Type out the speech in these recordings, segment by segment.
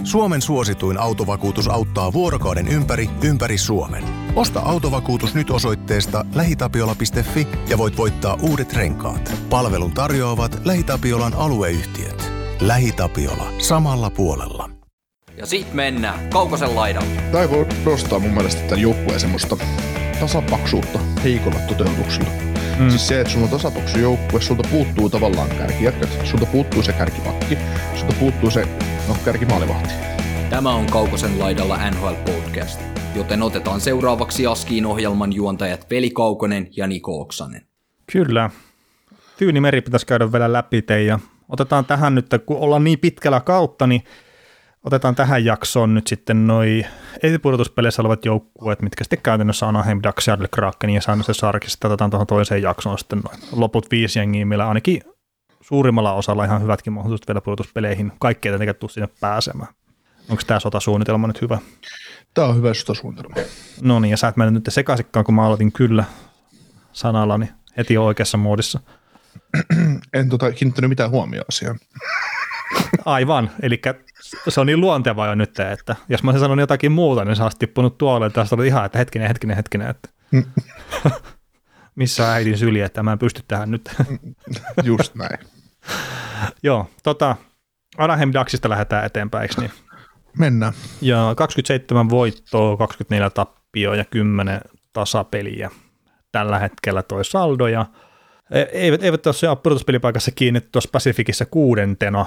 Suomen suosituin autovakuutus auttaa vuorokauden ympäri Suomen. Osta autovakuutus nyt osoitteesta lähitapiola.fi ja voit voittaa uudet renkaat. Palvelun tarjoavat LähiTapiolan alueyhtiöt. LähiTapiola. Samalla puolella. Ja sit mennään Kaukosen laidalle. Tää ei voi nostaa mun mielestä tämän joukkueen semmoista tasapaksuutta heikolla toteutuksella. Siis se, että sulla on tasapaksu joukkue, sulta puuttuu tavallaan kärkijätkät, sulta puuttuu se kärkipakki, sulta puuttuu se kärkimaalivahti. Tämä on Kaukosen laidalla NHL Podcast, joten otetaan seuraavaksi Askiin ohjelman juontajat Veli Kaukonen ja Niko Oksanen. Kyllä. Tyynimeri pitäisi käydä vielä läpi ja otetaan tähän nyt, kun ollaan niin pitkällä kautta, niin otetaan tähän jaksoon nyt sitten noi esipudotuspeleissä olevat joukkueet, mitkä sitten käytännössä Anaheim Ducks, Seattle Kraken ja San Jose Sharks. Sitten otetaan tuohon toiseen jaksoon sitten noin loput 5 jengiä, millä ainakin suurimmalla osalla ihan hyvätkin mahdollisuudet vielä pudotuspeleihin. Kaikki ei tietenkään tule sinne pääsemään. Onko tämä sotasuunnitelma nyt hyvä? Tämä on hyvä sotasuunnitelma. No niin, ja sä et mennä nyt sekaisinkaan, kun mä aloitin kyllä sanallani heti oikeassa muodissa. En kiinnittänyt mitään huomioon asiaan. Aivan, eli se on niin luontevaa jo nyt, että jos mä olisin sanonut jotakin muuta, niin sä olisit tippunut tuolle, että tästä oli ihan, että hetkinen, että missä on äidin syli, että mä en pysty tähän nyt. Just näin. Joo, Anaheim Ducksista lähdetään eteenpäin, eikö niin? Mennään. Ja 27 voittoa, 24 tappioa ja 10 tasapeliä tällä hetkellä toi saldo, ja eivät tosiaan pudotuspelipaikassa kiinni tuossa Pacificissa 6.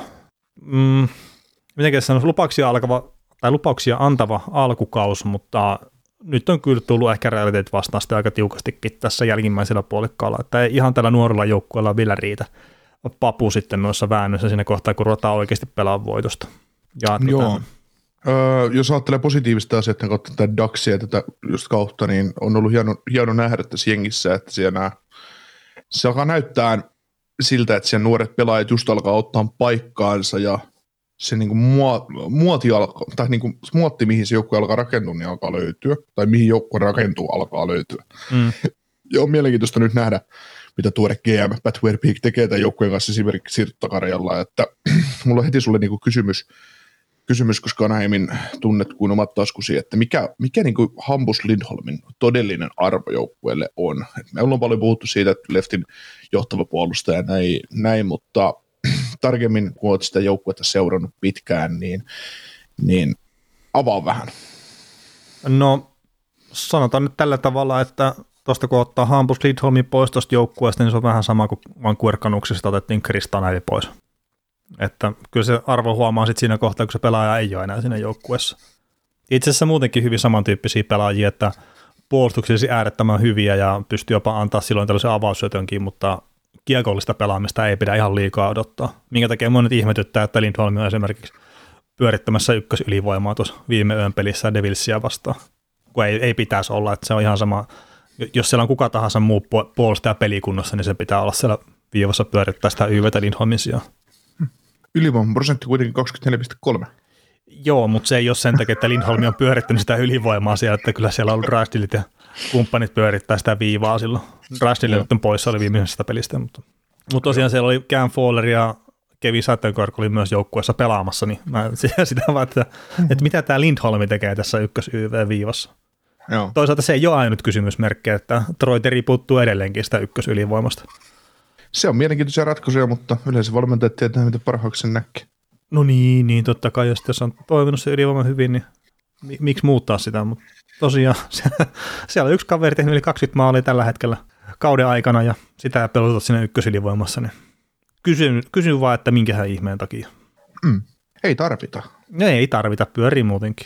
Mitenkin sanoisi, lupauksia antava alkukaus, mutta nyt on kyllä tullut ehkä realiteetit vastaan sitä aika tiukastikin tässä jälkimmäisellä puolikkaalla, että ei ihan tällä nuorella joukkueella vielä riitä papu sitten noissa väännöissä siinä kohtaa, kun ruvetaan oikeasti pelaamaan voitosta. Joo. Jos ajattelee positiivista asiaa kautta tätä Ducksia ja tätä just kautta, niin on ollut hieno nähdä tässä jengissä, että se alkaa näyttää siltä, että siellä nuoret pelaajat just alkaa ottaa paikkaansa ja se niinku muotti, mihin se joukkue alkaa rakentua, niin alkaa löytyä. Tai mihin joukkue rakentuu, alkaa löytyä. Ja on mielenkiintoista nyt nähdä, mitä tuore GM Pat Verbeek tekee tämän joukkueen kanssa esimerkiksi Sirttakarjalla. Että mulla on heti sulle niinku kysymys, koska Anaheimin tunnet kuin omat taskusi, että mikä niinku Hampus Lindholmin todellinen arvo joukkueelle on. Et me ollaan paljon puhuttu siitä, että Leftin johtava puolustaja näin, mutta tarkemmin, kun olet sitä joukkuetta seurannut pitkään, niin avaa vähän. No, sanotaan nyt tällä tavalla, että tuosta kun ottaa Hampus Lindholmin pois tuosta joukkueesta, niin se on vähän sama kuin Vancouver Canucksista otettiin Kristanevi pois. Että kyllä se arvo huomaa sitten siinä kohtaa, kun se pelaaja ei ole enää siinä joukkueessa. Itse asiassa muutenkin hyvin samantyyppisiä pelaajia, että puolustuksellisesti äärettömän hyviä ja pystyy jopa antaa silloin tällaisen avaussyötönkin, mutta kiekollista pelaamista ei pidä ihan liikaa odottaa. Minkä takia monet ihmetyttää, että Lindholm on esimerkiksi pyörittämässä ykkösylivoimaa tuossa viime yön pelissä Devilsia vastaan, kun ei pitäisi olla, että se on ihan sama. Jos siellä on kuka tahansa muu puolustaja pelikunnossa, niin se pitää olla siellä viivassa pyörittää sitä YVtä Lindholmin sijaan. Ylivoiman prosentti kuitenkin 24,3. Joo, mutta se ei ole sen takia, että Lindholm on pyörittänyt sitä ylivoimaa siellä, että kyllä siellä on Draisaitlit ja kumppanit pyörittää sitä viivaa silloin. Draisaitl nyt poissa oli viimeisestä pelistä, mutta tosiaan siellä oli Cam Fowler ja Kevin Shattenkirk oli myös joukkueessa pelaamassa, niin mä sitä vaan, että mitä tämä Lindholm tekee tässä ykkös-YV-viivassa. Joo. Toisaalta se ei ole ainut kysymysmerkki, että Troy Terry puuttuu edelleenkin sitä ykkösylivoimasta. Se on mielenkiintoisia ratkaisuja, mutta yleensä valmentajat tietää, mitä parhaaksi sen näkee. No niin, totta kai, jos on toiminut se ylivoima hyvin, niin miksi muuttaa sitä, mutta tosiaan siellä on yksi kaveri tehnyt yli 20 maalia tällä hetkellä kauden aikana, ja sitä pelotat sinne ykkösylivoimassa, niin kysyn vaan, että minkähän ihmeen takia. Ei tarvita. Ei tarvita, pyörii muutenkin.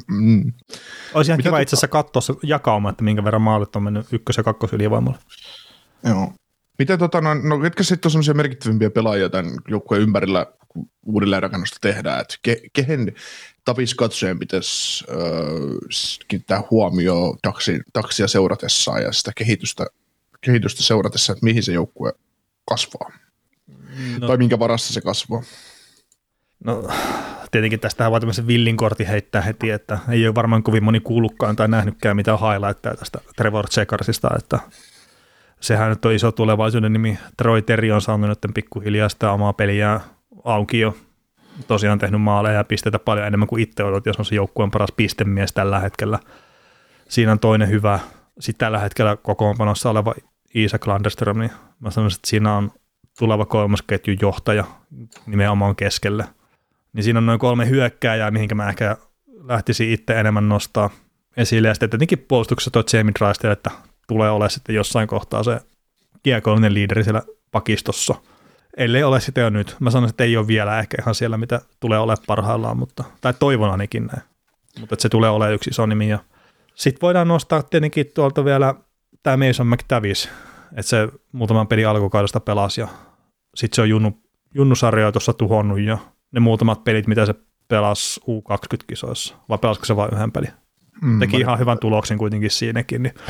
Olisi ihan kiva itse asiassa katsoa se jakauma, että minkä verran maalit on mennyt ykkös- ja kakkosylivoimalle. Joo. Mitä ketkä sitten on sellaisia merkittävimpiä pelaajia tämän joukkueen ympärillä, kun uudelleenrakennusta tehdään, että kehen Tapis katsojen pitäisi kiinnittää huomioon Ducksia seuratessaan ja sitä kehitystä seuratessa, että mihin se joukkue kasvaa, tai minkä varassa se kasvaa? No tietenkin tästähän voi tämmöisen villin kortin heittää heti, että ei ole varmaan kovin moni kuullutkaan tai nähnytkään mitään highlightteja tästä Trevor Zekarsista, että sehän nyt on iso tulevaisuuden nimi. Troy Terry on saanut nyt pikkuhiljaa sitä omaa peliään auki jo tosiaan tehnyt maaleja ja pisteitä paljon enemmän kuin itse odotin, jos on se joukkueen paras pistemies tällä hetkellä. Siinä on toinen hyvä, sitten tällä hetkellä kokoonpanossa oleva Isak Landerström, niin mä sanoisin, että siinä on tuleva kolmosketjun johtaja nimenomaan keskelle. Niin siinä on noin 3 hyökkääjää, mihinkä mä ehkä lähtisin itse enemmän nostaa esille. Ja sitten tietenkin puolustuksessa tuo Jamie Drysdale, että tulee olemaan sitten jossain kohtaa se kiekollinen liideri siellä pakistossa. Ellei ole sitä jo nyt. Mä sanoisin, että ei ole vielä ehkä ihan siellä, mitä tulee olemaan parhaillaan, tai toivon ainakin näin. Mutta se tulee olemaan yksi iso nimi. Sitten voidaan nostaa tietenkin tuolta vielä tämä Mason McTavish, että se muutaman pelin alkukaudesta pelasi ja sitten se on junnusarjoja tuossa tuhonnut ja ne muutamat pelit, mitä se pelasi U20-kisoissa, vai pelasiko se vain yhden pelin? Teki ihan hyvän tuloksen kuitenkin siinäkin. Niin.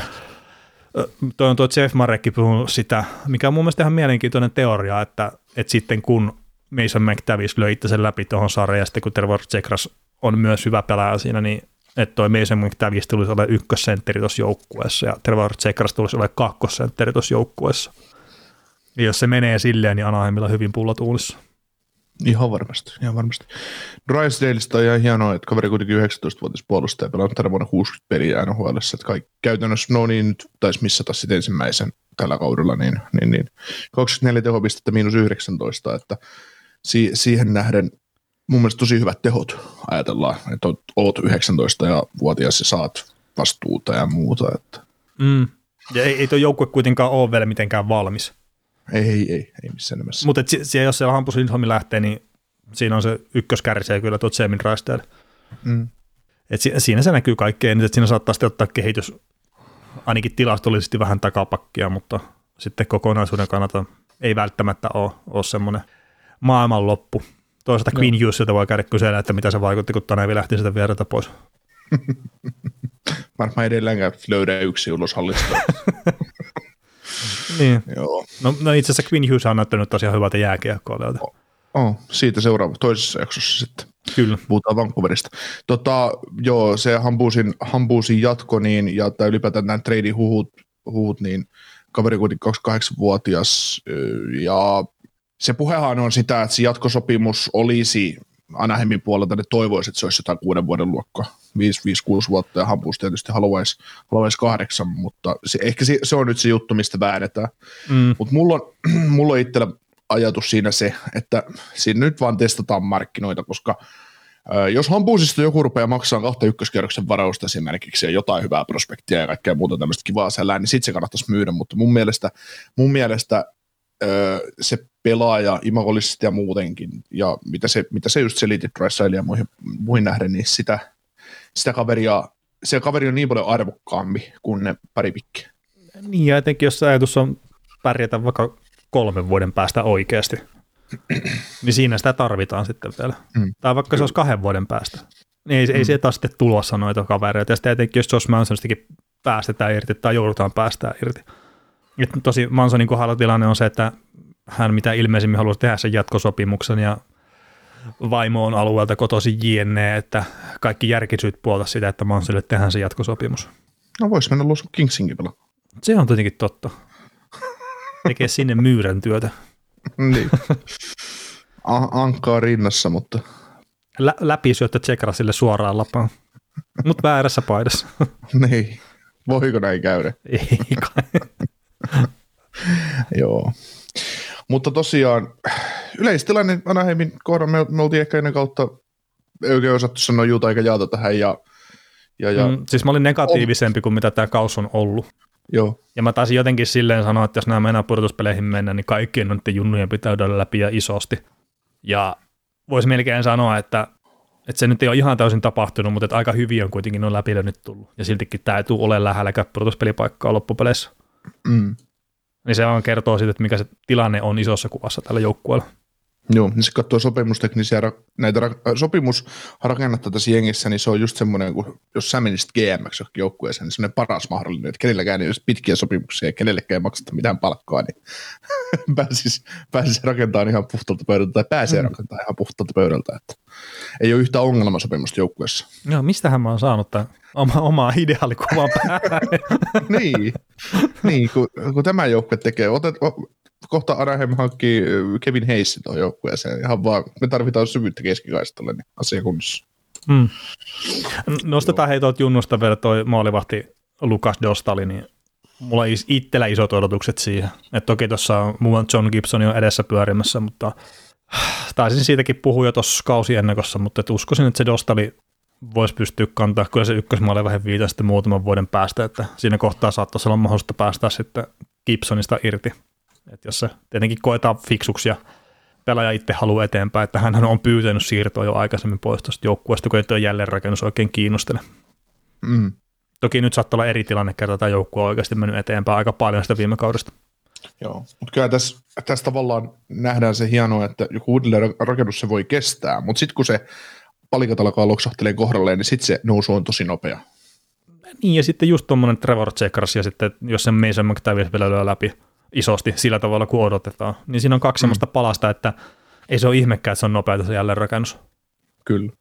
Tuo Jeff Marekki puhuu sitä, mikä on mun mielestä ihan mielenkiintoinen teoria, että sitten kun Mason McTavish löi itse läpi tuohon sarjaan ja sitten kun Trevor Zegras on myös hyvä pelaaja siinä, niin että toi Mason McTavish tulisi olemaan ykkössentteri tuossa joukkueessa ja Trevor Zegras tulisi olemaan kakkosentteri tuossa joukkueessa. Ja jos se menee silleen, niin Anaheimilla hyvin pullatuulissa. Ihan varmasti. Drysdaleista on ihan hienoa, että kaveri kuitenkin 19-vuotias puolustaja pelannut tänä vuonna 60 peliä NHL:ssä, että käytännössä nyt taisi missata sitten ensimmäisen tällä kaudella, niin 24 tehopistettä -19, että siihen nähden mun mielestä tosi hyvät tehot ajatellaan, että oot 19-vuotias ja saat vastuuta ja muuta. Että. Ja ei tuo joukkue kuitenkaan ole vielä mitenkään valmis. Ei missään nimessä. Mutta jos se Hampus Lindholm lähtee, niin siinä on se ykköskärsijä kyllä tuo Jamie Drysdale. Siinä se näkyy kaikkeen, että siinä saattaa sitten ottaa kehitys ainakin tilastollisesti vähän takapakkia, mutta sitten kokonaisuuden kannalta ei välttämättä ole semmoinen maailmanloppu. Toisaalta Quinn Hughesilta voi käydä kysellä, että mitä se vaikutti, kun Tanevi lähti sitä viereltä pois. Varmaan edelleenkään löydä yksi ulos hallista. Niin. Joo. No itse asiassa Quinn Hughes on näyttänyt tosiaan hyvältä jääkiekkoilijalta. Siitä seuraava toisessa jaksossa sitten. Kyllä. Puhutaan Vancouverista. Joo, se Hambusin jatko, niin, ja ylipäätään nämä trading huhut, niin kaveri kuitenkin 28-vuotias, ja se puhehan on sitä, että se jatkosopimus olisi Anaheimin puolelta, ne toivoisi, että se olisi jotain 6 vuoden luokkaa, 5-6 vuotta, ja Hampus tietysti haluaisi 8, mutta ehkä se on nyt se juttu, mistä väännetään. Mutta mulla on itsellä ajatus siinä se, että siinä nyt vaan testataan markkinoita, koska jos Hampusista joku rupeaa maksaa 2 ykköskierroksen varausta esimerkiksi ja jotain hyvää prospektia ja kaikkea muuta tämmöistä kivaa siellä, niin sitten se kannattaisi myydä, mutta mun mielestä se pelaaja imagollisesti ja muutenkin, ja mitä se just selitti Drysdale ja muihin nähden, niin se kaveri on niin paljon arvokkaampi kuin ne pari pikkiä. Niin, ja etenkin jos ajatus on pärjätä vaikka 3 vuoden päästä oikeasti, niin siinä sitä tarvitaan sitten vielä. Tai vaikka se olisi 2 vuoden päästä. Niin ei sieltä sitten tulossa noita kavereita, ja sitten etenkin jos Josh Mansonistakin päästetään irti tai joudutaan päästään irti. Että tosi Mansonin kohdalla tilanne on se, että hän mitä ilmeisimmin haluaisi tehdä sen jatkosopimuksen ja vaimo on alueelta kotoisin jne, että kaikki järkisyyt puolta sitä, että Mansonille tehdään se jatkosopimus. No vois mennä Los Kingsinkin pelaa. Se on tietenkin totta. Tekee sinne myyrän työtä. Niin. Ankkaa rinnassa, mutta... Läpisyöttö Tsekrasille suoraan lapaan. Mutta väärässä paidassa. Niin. Voiko näin käydä? Ei kai. Joo. Mutta tosiaan yleistilanne Anaheimin kohdalla me oltiin ehkä ennen kautta ei oikein osattu sanoa juuta eikä jaata tähän. Siis mä olin negatiivisempi kuin mitä tämä kaus on ollut. Joo. Ja mä taisin jotenkin silleen sanoa, että jos nämä mennään pudotuspeleihin mennä, niin kaikkien noiden junnujen pitää käydä läpi ja isosti. Ja voisi melkein sanoa, että se nyt ei ole ihan täysin tapahtunut, mutta että aika hyvin on kuitenkin on läpi nyt tullut. Ja siltikin tämä ei tule ole lähelläkään pudotuspelipaikkaa loppupeleissä. Niin se vaan kertoo siitä, että mikä se tilanne on isossa kuvassa tällä joukkueella. Joo, niin se katsoo sopimusteknisiä, sopimusrakennetta tässä jengissä, niin se on just semmoinen, jos sä menisit GM:ksi johonkin joukkueeseen, niin semmoinen paras mahdollinen, että kenelläkään ei olisi pitkiä sopimuksia ja kenellekään ei maksata mitään palkkaa, niin pääsisi rakentamaan ihan puhtaalta pöydältä, tai pääsee rakentamaan ihan puhtaalta pöydältä, että ei ole yhtään ongelmasopimusta joukkueessa. Joo, mistähän mä oon saanut tämän Omaa ideaalikuvaa päähän. niin kun tämä joukkue tekee. Kohta Anaheim hankkii Kevin Hayesin tuohon joukkueeseen. Ihan vaan, me tarvitaan syvyyttä keskikaistalle, niin asia kunnossa. Nostetaan tuolta junnusta vielä toi maalivahti Lukas Dostali, niin mulla on itsellä isot odotukset siihen. Et toki tuossa on muun John Gibson jo edessä pyörimässä, mutta taisin siitäkin puhua jo tuossa kausiennakossa, mutta uskoisin, että se Dostali voisi pystyä kantaa kyllä se ykkösmaali vähän viitä sitten muutaman vuoden päästä, että siinä kohtaa saattaisi olla mahdollista päästä sitten Gibsonista irti. Et jos se tietenkin koetaan fiksuksi ja pelaaja itse haluaa eteenpäin, että hän on pyytänyt siirtoa jo aikaisemmin pois tuosta joukkueesta, kun ei tuo jälleenrakennus oikein kiinnostele. Toki nyt saattaa olla eri tilanne, kertaa tämä joukkue on oikeasti mennyt eteenpäin aika paljon sitä viime kaudesta. Joo, mutta kyllä tässä tavallaan nähdään se hienoa, että joku uudelleen rakennus se voi kestää, mutta sitten kun se palikat alkaa loksahteleen kohdalleen, niin sitten se nousu on tosi nopea. Niin, ja sitten just tuommoinen Trevor Zegras, ja sitten jos se Mason McTavish vielä lyö läpi isosti sillä tavalla, kuin odotetaan, niin siinä on kaksi semmoista palasta, että ei se ole ihmekään, että se on nopea se jälleenrakennus. Kyllä.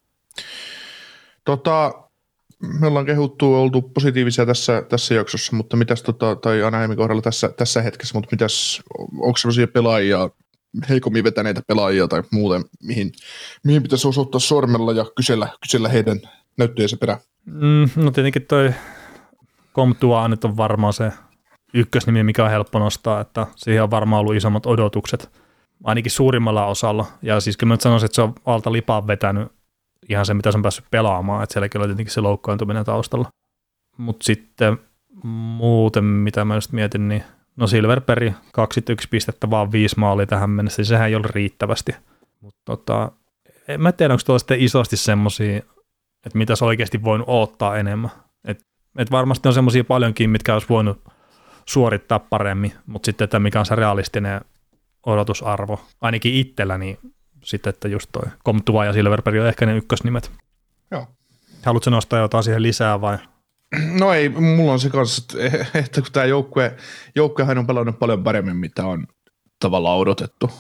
Me ollaan oltu positiivisia tässä jaksossa, mutta mitäs, tai Anaheimin kohdalla tässä hetkessä, mutta mitäs, onko sellaisia pelaajia, heikommin vetäneitä pelaajia tai muuten, mihin pitäisi osoittaa sormella ja kysellä heidän näyttöjensä perään? No tietenkin toi Comtua nyt on varmaan se ykkösnimi, mikä on helppo nostaa, että siihen on varmaan ollut isommat odotukset, ainakin suurimmalla osalla, ja siis kyllä mä nyt sanoisin, että se on alta lipaan vetänyt ihan se, mitä se on päässyt pelaamaan, että sielläkin oli tietenkin se loukkaantuminen taustalla. Mutta sitten muuten, mitä mä just mietin, niin no Silverberg 21 pistettä, vaan 5 maalia tähän mennessä, sehän ei ole riittävästi. Mutta en mä tiedä, onko tuolla sitten isosti semmosia, että mitä se oikeasti voinut odottaa enemmän. Et varmasti on semmosia paljonkin, mitkä olisi voinut suorittaa paremmin, mutta sitten, että mikä on se realistinen odotusarvo, ainakin itselläni, sitten, että just toi Comtua ja Silverberg on ehkä ne ykkösnimet. Joo. Haluatko nostaa jotain siihen lisää vai? No ei, mulla on se kanssa, että kun tämä joukkuehan on pelannut paljon paremmin, mitä on tavallaan odotettu.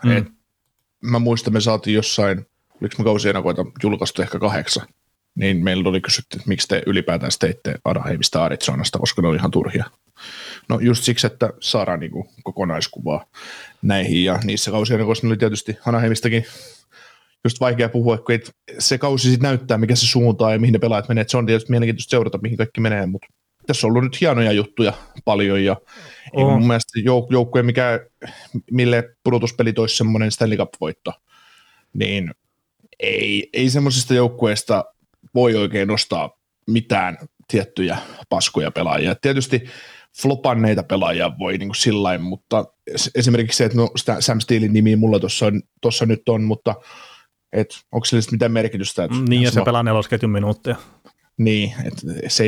Mä muistan, me saatiin jossain, oliko me kausienakoita julkaistu ehkä 8, niin meillä oli kysytty, että miksi te ylipäätään teitte Anaheimista Arizonasta, koska ne oli ihan turhia. No just siksi, että saadaan niinku kokonaiskuvaa näihin, ja niissä kausienakoissa oli tietysti Anaheimistakin just vaikea puhua, kun se kausi sitten näyttää, mikä se suuntaa ja mihin ne pelaajat menee. Se on tietysti mielenkiintoista seurata, mihin kaikki menee, mutta tässä on ollut nyt hienoja juttuja paljon, ja mun mielestä joukkue, mille pudotuspeli toisi semmoinen Stanley Cup-voitto, niin ei semmoisista joukkueista voi oikein nostaa mitään tiettyjä paskoja pelaajia. Tietysti flopanneita pelaajia voi niin kuin sillain, mutta esimerkiksi se, että no Sam Steelin nimi mulla tuossa nyt on, mutta onko sillä mitään merkitystä? Niin, ja se pelaa nelosketjun minuuttia. Niin, että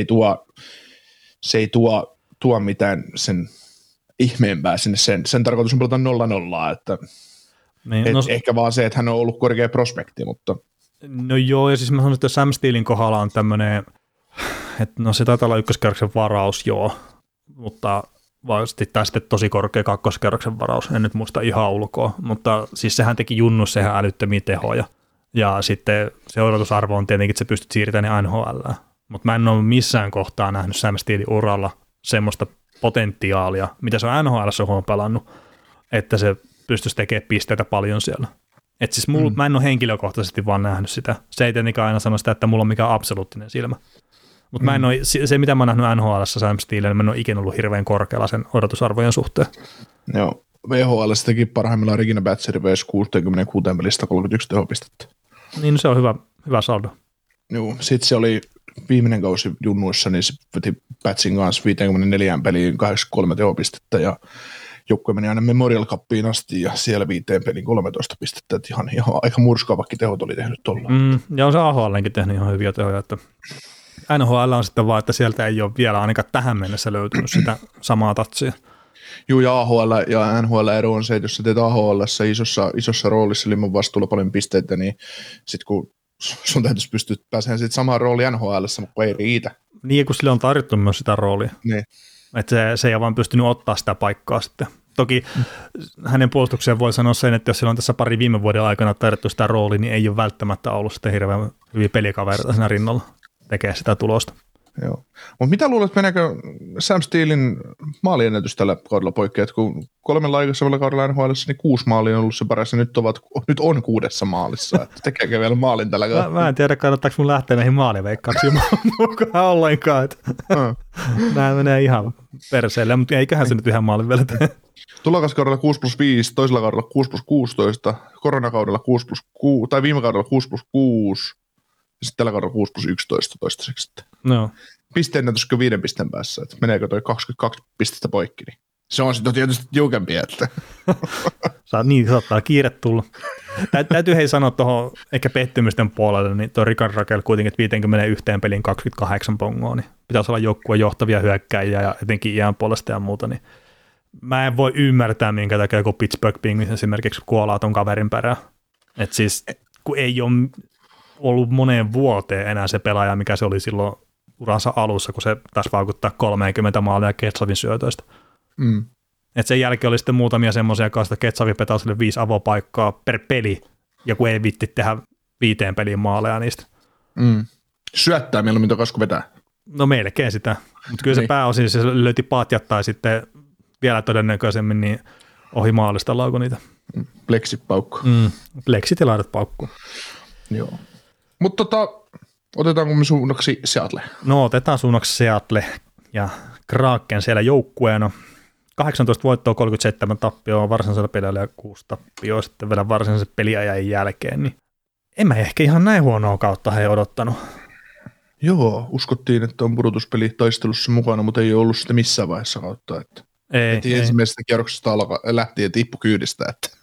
se ei tuo mitään sen ihmeempää sinne. Sen tarkoitus on pelata 0-0, että niin, ehkä vaan se, että hän on ollut korkea prospekti, mutta no joo, ja siis mä sanon, että Sam Steelin kohdalla on tämmöinen, että no se taitaa olla ykköskerroksen varaus, joo, mutta tai sitten tosi korkea kakkoskerroksen varaus, en nyt muista ihan ulkoa, mutta siis sehän teki junnussa ihan älyttömiä tehoja, ja sitten se odotusarvo on tietenkin, että se pystyt siirtämään NHL:ään, mutta mä en ole missään kohtaa nähnyt Sam Steelin uralla semmoista potentiaalia, mitä se on NHL:ssä pelannut, että se pystyisi tekemään pisteitä paljon siellä. Että siis mä en ole henkilökohtaisesti vaan nähnyt sitä. Se ei tietenkään aina sano sitä, että mulla on mikään absoluuttinen silmä. Mutta mä en ole, se mitä mä oon nähnyt NHL:ssä Sam Steelin, niin mä en ole ikinä ollut hirveän korkealla sen odotusarvojen suhteen. Joo, VHL:ssä teki parhaimmillaan Regina Batchery vs 66 pelistä 31 tehopistettä. Niin se on hyvä saldo. Joo, sitten se oli viimeinen kausi junnuissa, niin se veti Batchin kanssa 54 peliin 83 tehopistettä ja joukkue meni aina Memorial Cupiin asti ja siellä 5 pelin 13 pistettä, että ihan aika murskaavakin tehot oli tehnyt tuolla. Ja on se AHL:nkin tehnyt ihan hyviä tehoja, että NHL on sitten vaan, että sieltä ei ole vielä ainakaan tähän mennessä löytynyt sitä samaa tatsia. Joo, ja AHL ja NHL ero on se, että jos sä teet AHL:ssä isossa roolissa ilman vastuulla paljon pisteitä, niin sitten kun sun täytyisi pystyä pääsemään sitten samaan rooliin NHL:ssä, mutta ei riitä. Niin, kun sille on tarjottu myös sitä roolia. Niin. Että se ei ole vaan pystynyt ottaa sitä paikkaa sitten. Toki hänen puolustukseen voi sanoa sen, että jos sillä on tässä pari viime vuoden aikana tarjottu sitä roolia, niin ei ole välttämättä ollut sitten hirveän hyviä pelikavereita siinä rinnalla tekee sitä tulosta. Joo. Mutta mitä luulet, meneekö Sam Steelin maaliennätys tällä kaudella poikkeaa, että kun 3 aikaisemmalla kaudella NHL:ssä, niin 6 maalia on ollut se paras, ja nyt on 6 maalissa, että tekeekö vielä maalin tällä kaudella? Mä en tiedä, kannattaako mun lähteä näihin maaliveikkauksiin mukaan ollenkaan, että nämä menee ihan perseelle, mutta eiköhän se nyt yhden maalin vielä tee. Tulokaskaudella 6+5, toisella kaudella 6+16, koronakaudella 6+6, tai viime kaudella 6+6, ja sitten tällä kaudella 6+11 toistaiseksi. No. Pisteennätyskö 5 pisteen päässä, että meneekö toi 22 pistettä poikki, niin se on sitten tietysti tiukempi, että Saattaa kiire tulla. Täytyy hei sanoa tuohon ehkä pettymysten puolelle, niin tuo Rickard Rakell kuitenkin 51 peliin 28 pongoa, niin pitäisi olla joukkueen johtavia hyökkäjiä ja etenkin iän puolesta ja muuta, niin mä en voi ymmärtää, minkä takia joku Pittsburgh Penguins esimerkiksi kuolaa ton kaverin perään. Että siis, kun ei ole ollut moneen vuoteen enää se pelaaja, mikä se oli silloin uransa alussa, kun se taisi vaikuttaa 30 maalia Ketsavin syötöistä. Mm. Että sen jälkeen oli sitten muutamia semmoisia, jotka Ketsavi petaa sille 5 avopaikkaa per peli, ja kun ei vitti tehdä 5 peliin maaleja niistä. Mm. Syöttää mieluummin tuo kasku vetää. No melkein sitä, mutta kyllä se pääosin se löyti patjat tai sitten vielä todennäköisemmin niin ohi maalista lauko niitä. Pleksit paukku. Pleksit ja laidat paukku. Joo. Mutta otetaanko me suunnaksi Seattle? No otetaan suunnaksi Seattle ja Kraken siellä joukkueena. 18 voittoa, 37 tappioa varsinaisella pelillä ja 6 tappioa sitten vielä varsinaisen peliajan jälkeen. Niin en mä ehkä ihan näin huonoa kautta he odottanut. Joo, uskottiin, että on pudotuspeli taistelussa mukana, mutta ei ole ollut sitä missään vaiheessa kautta. Että ei. Ensimmäisestä kierroksesta lähtien tippu kyydistä. Että.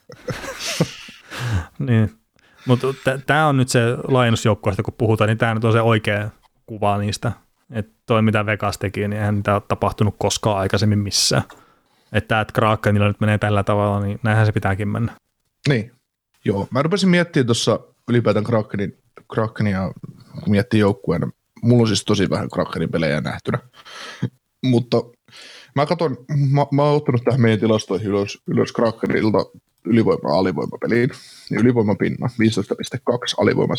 Niin. Mutta tämä on nyt se laajennusjoukkueesta, kun puhutaan, niin tämä nyt on se oikea kuva niistä. Että toi mitä Vegas teki, niin eihän niitä ole tapahtunut koskaan aikaisemmin missään. Että Krakenilla nyt menee tällä tavalla, niin näinhän se pitääkin mennä. Niin, joo. Mä rupesin miettimään tuossa ylipäätään Krakenia, kun miettii joukkueena. Mulla on siis tosi vähän Krakenin pelejä nähtynä. Mutta mä oon ottanut tähän meidän tilastoihin ylös Krakenilta ylivoima-alivoimapeliin. Niin ylivoimapinna 15,2, alivoima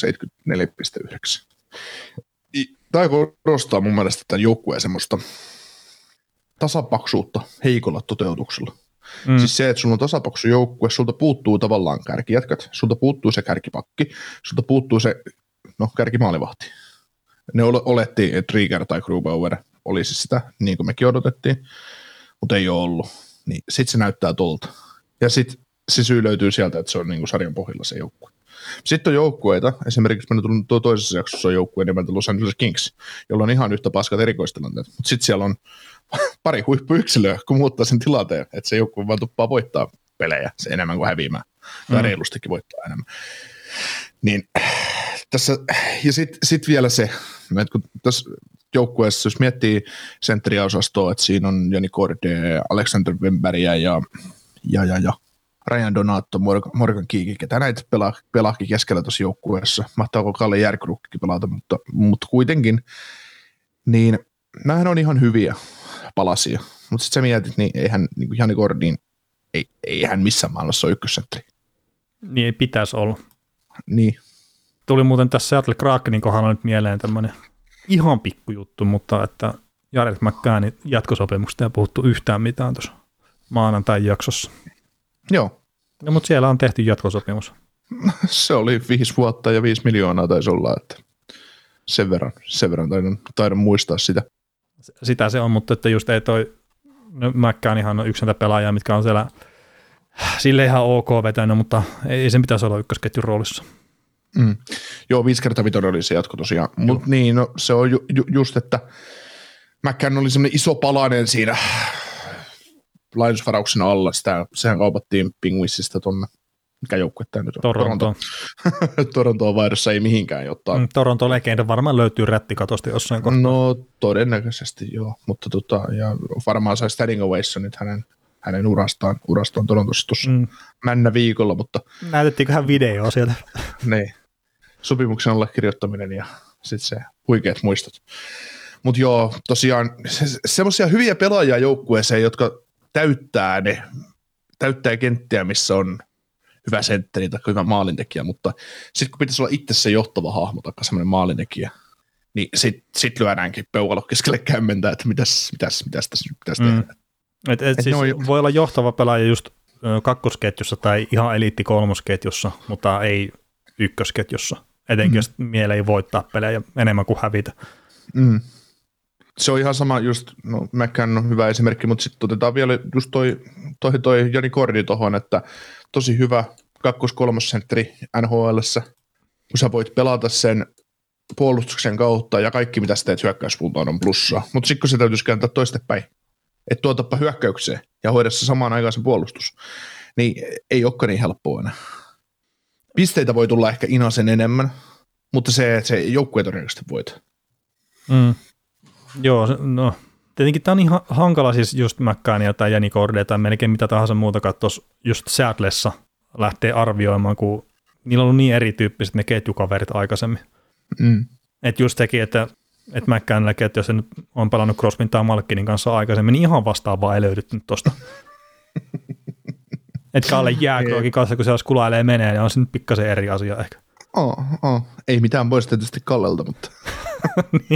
74,9. Tämä korostaa mun mielestä tämän joukkueen semmoista tasapaksuutta heikolla toteutuksella. Siis se, että sulla on tasapaksu joukkue, sulta puuttuu tavallaan kärkijätkät, sulta puuttuu se kärkipakki, sulta puuttuu se kärkimaalivahti. Ne olettiin, että Rieger tai Grubauer olisi sitä, niin kuin mekin odotettiin, mutta ei ole ollut. Niin sitten se näyttää tolta. Ja sitten se syy löytyy sieltä, että se on niin kuin sarjan pohjalla se joukkue. Sitten on joukkueita, esimerkiksi mä tullut toisessa jaksossa on joukkue nimeltä Los Angeles Kings, jolla on ihan yhtä paskat erikoistilanteet, mutta sitten siellä on pari huippuyksilöä, kun muuttaa sen tilanteen, että se joukkue vaan tuppaa voittaa pelejä se enemmän kuin häviämään, tai reilustikin voittaa enemmän. Niin tässä, ja sitten vielä se, että kun tässä joukkueessa, jos miettii sentteriäosastoa, että siinä on Jani Korde, Alexander Wemberia ja Ryan Donato, Morgan Kiiki, ketä näitä pelaakin keskellä tuossa joukkueessa. Mahtaako Kalle Järkrukkikin pelata, mutta kuitenkin, niin nämähän on ihan hyviä palasia. Mutta sitten sä mietit, niin eihän niin Jani Kordiin, ei hän missään maailmassa ole ykkössentteri. Niin ei pitäisi olla. Niin. Tuli muuten tässä Seattle Krakenin kohdalla nyt mieleen tämmöinen ihan pikkujuttu, mutta että Jared McCannin jatkosopimuksesta ei puhuttu yhtään mitään tuossa maanantain jaksossa. Joo. No, mutta siellä on tehty jatkosopimus. Se oli 5 vuotta ja 5 miljoonaa taisi olla, että sen verran taidan muistaa sitä. Sitä se on, mutta että just ei toi, no McCannihan on yksi näitä pelaajia, mitkä on siellä sille ihan ok vetänyt, mutta ei sen pitäisi olla ykkösketjun roolissa. Joo, 5x5 oli se jatko tosiaan, mutta niin, no, se on just, että McCann oli semmoinen iso palanen siinä lainusvarauksen alla, sehän kaupattiin Penguinsista tuonne, mikä joukkue tämä nyt on? Toronto. Toronto on vaihdossa ei mihinkään, jotta Toronto-legenda varmaan löytyy rättikatosta jossain kohtaa. No todennäköisesti joo, mutta ja varmaan sai standing ovation nyt hänen urastaan Torontossa tuossa männä viikolla, mutta näytettiinköhän videoa sieltä? Niin, sopimuksen allekirjoittaminen ja sitten se huikeat muistot. Mutta joo, tosiaan semmoisia hyviä pelaajia joukkueeseen, jotka täyttää kenttiä, missä on hyvä sentteri tai hyvä maalintekijä, mutta sitten kun pitäisi olla itse se johtava hahmo tai semmoinen maalintekijä, niin sit lyödäänkin peukalo keskelle kämmentä, että mitäs tässä nyt pitäisi tehdä. Siis voi olla johtava pelaaja just kakkosketjussa tai ihan eliitti kolmosketjussa, mutta ei ykkösketjussa. Etenkin jos miele ei voittaa pelejä enemmän kuin hävitä. Se on ihan sama just, no McCann on hyvä esimerkki, mutta sitten otetaan vielä just toi Jani Kordi tohon, että tosi hyvä kakkos-kolmosentteri NHL:ssä, kun sä voit pelata sen puolustuksen kautta ja kaikki mitä sä teet hyökkäyspuoltaan on plussaa. Mutta sitten kun se täytyisi kääntää toistepäin, että tuotapa hyökkäykseen ja hoida se samaan aikaan se puolustus, niin ei olekaan niin helppoa enää. Pisteitä voi tulla ehkä inasen enemmän, mutta se joukkue todennäköisesti voit. Joo, no tietenkin tämä on ihan hankala siis just McCannia tai Jani Kordia tai melkein mitä tahansa muuta katsoisi just Seattlessa lähtee arvioimaan, kun niillä on ollut niin erityyppiset ne ketjukaverit aikaisemmin. Että just sekin, että McCannillekin, että jos se nyt on pelannut Crosbyn tai Malkkinin kanssa aikaisemmin, niin ihan vastaavaa ei löydytty tuosta. Että Kalle Jääkroakin kanssa, kun se olisi kulailee menee, niin on se nyt pikkasen eri asia ehkä. Ei mitään pois tietysti Kallelta, mutta... niin.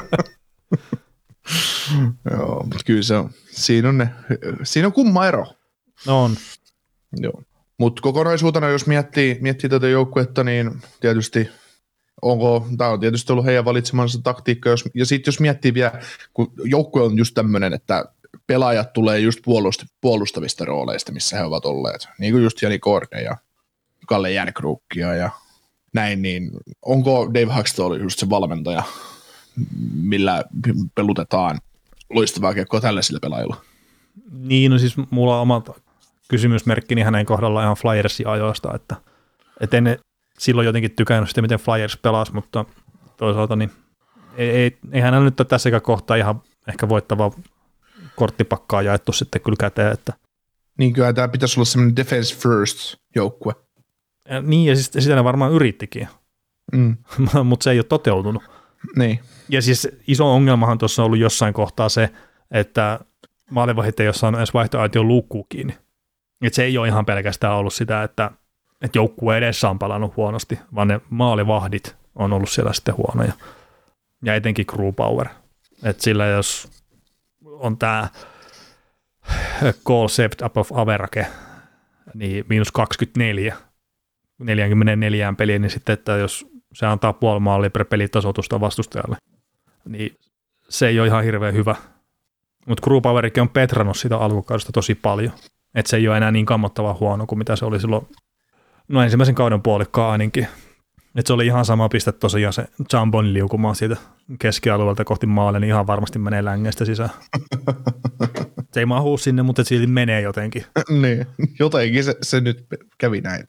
Joo, mutta kyllä se on. Siinä on kumma ero. No on. Joo. Mutta kokonaisuutena, jos miettii tätä joukkuetta, niin tietysti tämä on tietysti ollut heidän valitsemansa taktiikka, ja sitten jos miettii vielä, kun joukkue on just tämmöinen, että pelaajat tulee just puolustavista rooleista, missä he ovat olleet, niin kuin just Jani Korne ja Kalle Järkruukkia ja näin, niin onko Dave Hakstol just se valmentaja, millä pelutetaan loistavaa kiekkoa tällaisilla pelaajilla? Niin, no siis mulla on oma kysymysmerkkini hänen kohdallaan ihan Flyersin ajoista, että en silloin jotenkin tykännyt sitä, miten Flyers pelasi, mutta toisaalta niin ei hänellä nyt ole tässäkään kohtaa ihan ehkä voittavaa korttipakkaa jaettu sitten kyllä käteen. Että. Niin kyllä tämä pitäisi olla semmoinen defense first joukkue. Niin ja siis sitä ne varmaan yrittikin, mutta se ei ole toteutunut. Niin. Ja siis iso ongelmahan tuossa on ollut jossain kohtaa se, että maalivahdit ei ole saanut edes vaihtoaition luukkuun kiinni. Että se ei ole ihan pelkästään ollut sitä, että joukkue edessä on palannut huonosti, vaan ne maalivahdit on ollut siellä sitten huonoja. Ja etenkin Grubauer. Että sillä jos on tämä goal saved above average, niin -24, 44 peliä, niin sitten, että jos se antaa puoli maalia per pelitasoitusta vastustajalle, niin se ei ole ihan hirveän hyvä. Mutta Grubauerikin on petrannut sitä alkukaudesta tosi paljon, että se ei ole enää niin kammottava huono kuin mitä se oli silloin, no ensimmäisen kauden puolikkaan ainakin. Että se oli ihan sama piste tosiaan se Jambon liukumaan siitä keskialueelta kohti maalle, niin ihan varmasti menee längestä sisään. Se ei mahu sinne, mutta silti menee jotenkin. Niin, jotenkin se nyt kävi näin.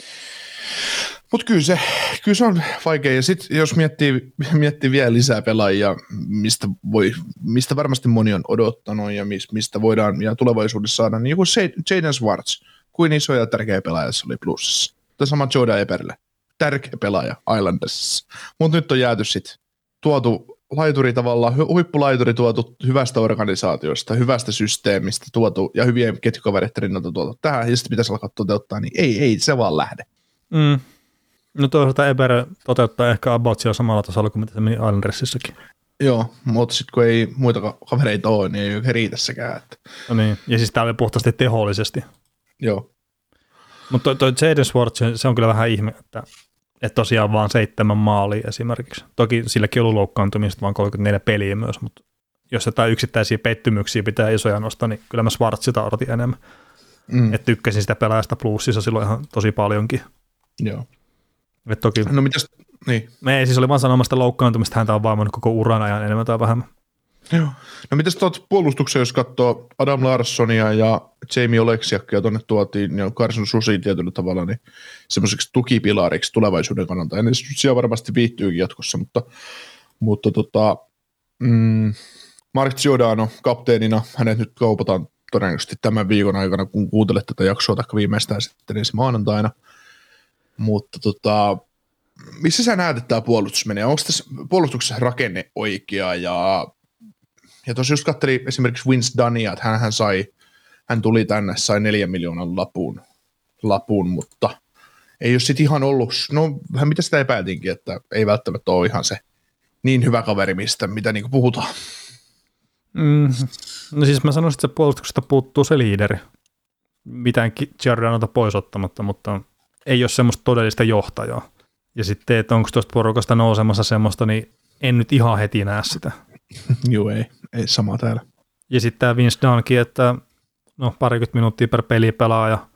Mutta kyllä se on vaikea, ja sitten jos miettii vielä lisää pelaajia, mistä varmasti moni on odottanut ja mistä voidaan ja tulevaisuudessa saada, niin joku Jaden Schwartz, kuin iso ja tärkeä pelaaja se oli plussassa. Tämä sama Jordan Eberle, tärkeä pelaaja Islandersissa. Mutta nyt on jääty sitten tuotu laituri tavallaan, huippulaituri tuotu hyvästä organisaatiosta, hyvästä systeemistä tuotu ja hyvien ketjukavereiden rinnalta tuotu tähän, ja sitten pitäisi alkaa toteuttaa, niin ei se vaan lähde. No toisaalta Eber toteuttaa ehkä aboutsia samalla tasolla kuin mitä se meni Islandersissakin. Joo, mutta sitten kun ei muita kavereita ole, niin ei oikein riitä sekään. Että. No niin, ja siis tämä oli puhtaasti tehollisesti. Joo. Mutta toi Jaden Schwartz, se on kyllä vähän ihme, että tosiaan vaan 7 maalia esimerkiksi. Toki silläkin ollut loukkaantumista vaan 34 peliä myös, mutta jos jotain yksittäisiä pettymyksiä pitää isoja nostaa, niin kyllä mä Schwartzilta odotin enemmän. Että tykkäsin sitä pelaajasta plussissa silloin ihan tosi paljonkin. Joo. Et toki, no mitäs, niin. Me ei siis oli vaan sanomasta loukkaantumista, häntä on vaimannut koko uran ajan enemmän tai vähemmän. Joo. No mitäs tuot puolustuksen, jos katsoo Adam Larssonia ja Jamie Oleksiakia tuonne tuotiin, ja Carson Susi tietyllä tavalla, niin semmoiseksi tukipilariksi tulevaisuuden kannalta. Ja siellä varmasti viihtyykin jatkossa, mutta Mark Giordano kapteenina, hänet nyt kaupataan todennäköisesti tämän viikon aikana, kun kuuntelet tätä jaksoa, taikka viimeistään sitten ensi maanantaina. Mutta missä sä näet, että tämä puolustus menee? Onko tässä puolustuksessa rakenne oikea? Ja tuossa just katselin esimerkiksi Vince Dunnia, että hän tuli tänne, sai 4 miljoonan lapun, mutta ei ole sitten ihan ollut, no mitä sitä epäiltiinkin, että ei välttämättä ole ihan se niin hyvä kaveri, mitä niin puhutaan. No siis mä sanoisin, että se puolustuksesta puuttuu se liideri. Mitään Giordanota pois ottamatta, mutta ei ole semmoista todellista johtajaa. Ja sitten, että onko tuosta porukasta nousemassa semmoista, niin en nyt ihan heti näe sitä. Joo, ei sama täällä. Ja sitten tämä Vince Dunkin, että no 20 minuuttia per peli pelaa ja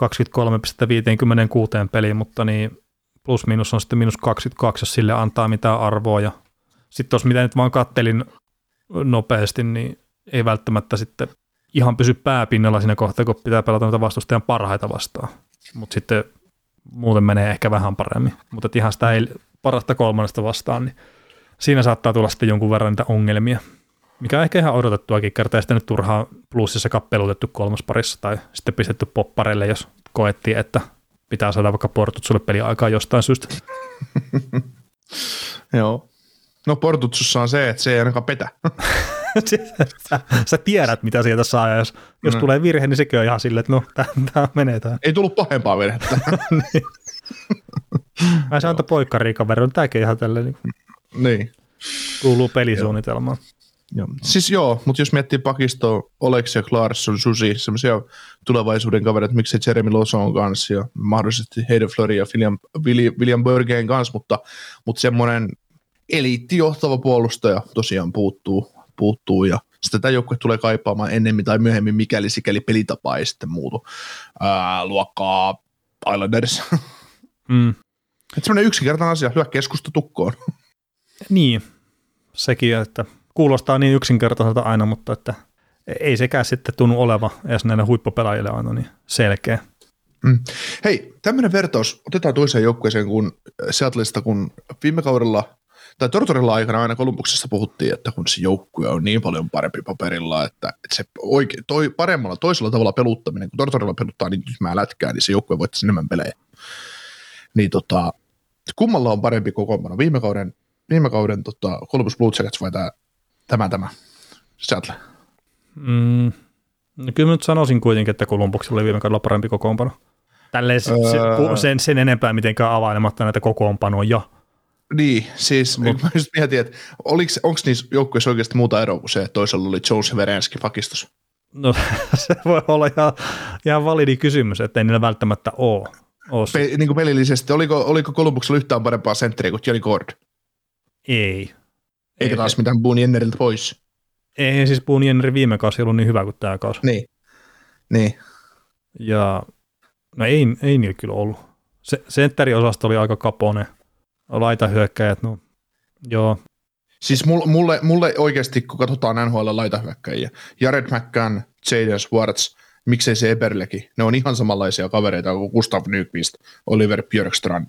23,56 peliin, mutta niin plus minus on sitten minus 22, jos sille antaa mitään arvoa. Ja sitten tuossa, mitä nyt vaan kattelin nopeasti, niin ei välttämättä sitten ihan pysy pääpinnalla siinä kohtaa, kun pitää pelata noita vastustajan parhaita vastaan. Mutta sitten muuten menee ehkä vähän paremmin. Mutta ihan sitä ei parasta kolmannesta vastaan, niin siinä saattaa tulla sitten jonkun verran niitä ongelmia. Mikä on ehkä ihan odotettuakin kertaa, ja sitten nyt turhaan plussissa kappelutettu kolmosparissa tai sitten pistetty poppareille, jos koettiin, että pitää saada vaikka Portutsulle peliaikaa jostain syystä. Joo. No Portutsussa on se, että se ei ainakaan petä. sä tiedät, mitä sieltä saa, ja jos tulee virhe, niin sekin on ihan silleen, että no, tämä menee tämä. Ei tullut pahempaa virhettä. Niin. Mä saan poikkariikaveri, on tämäkin ihan tälleen. Niin. Kuuluu pelisuunnitelmaan. Joo. Siis joo, mutta jos miettii pakistoa, Oleksia, Klarsson, Susi, semmoisia tulevaisuuden kavereita, miksei Jeremy Lozon kanssa ja mahdollisesti Hayden Fleury ja William Burgeen kanssa, mutta semmoinen eliittijohtava puolustaja tosiaan puuttuu ja sitten tämä joukkue tulee kaipaamaan ennemmin tai myöhemmin, mikäli pelitapa ei sitten muutu luokkaa Islanders. Että semmoinen yksinkertainen asia, lyö keskusta tukkoon. Niin, sekin, että kuulostaa niin yksinkertaiselta aina, mutta että ei sekään sitten tunnu oleva edes näille huippupelaajille aina niin selkeä. Hei, tämmöinen vertaus, otetaan toiseen joukkueeseen kuin Seattleista, kun viime kaudella tai Tortorella aikana aina Columbuksessa puhuttiin, että kun se joukkue on niin paljon parempi paperilla, että se paremmalla toisella tavalla peluttaminen, kun Tortorella peluttaa niin tyhmää lätkää, niin se joukkue voittaisi enemmän pelejä. Niin kummalla on parempi kokoonpano? Viime kauden Columbus Blue Jackets vai tämä Seattle? No kyllä mä nyt sanoisin kuitenkin, että Columbuksella oli viime kaudella parempi kokoonpano. Tälleen sen enempää mitenkään availematta näitä kokoonpanoja. Niin, siis mä just mietin, että onko niissä joukkueissa oikeasti muuta eroa kuin se, että toisella oli Jones ja Verenski pakistossa? No se voi olla ihan validi kysymys, että ei niillä välttämättä ole. Niin kuin pelillisesti, oliko Columbuksella yhtään parempaa sentteriä kuin Johnny Gord? Ei. Eikä taas mitään Boone Jenneriltä pois. Ei siis Boone Jenneri viime kausi ollut niin hyvä kuin tämä kausi. Niin. Ja no ei niillä kyllä ollut. Se sentteriosasto oli aika kapone. Laitahyökkäjät, no joo. Siis mulle oikeasti, kun katsotaan NHL-laitahyökkäjiä, Jared McCann, Jaden Schwartz, miksei se Eberlekin, ne on ihan samanlaisia kavereita kuin Gustav Nyqvist, Oliver Björkstrand.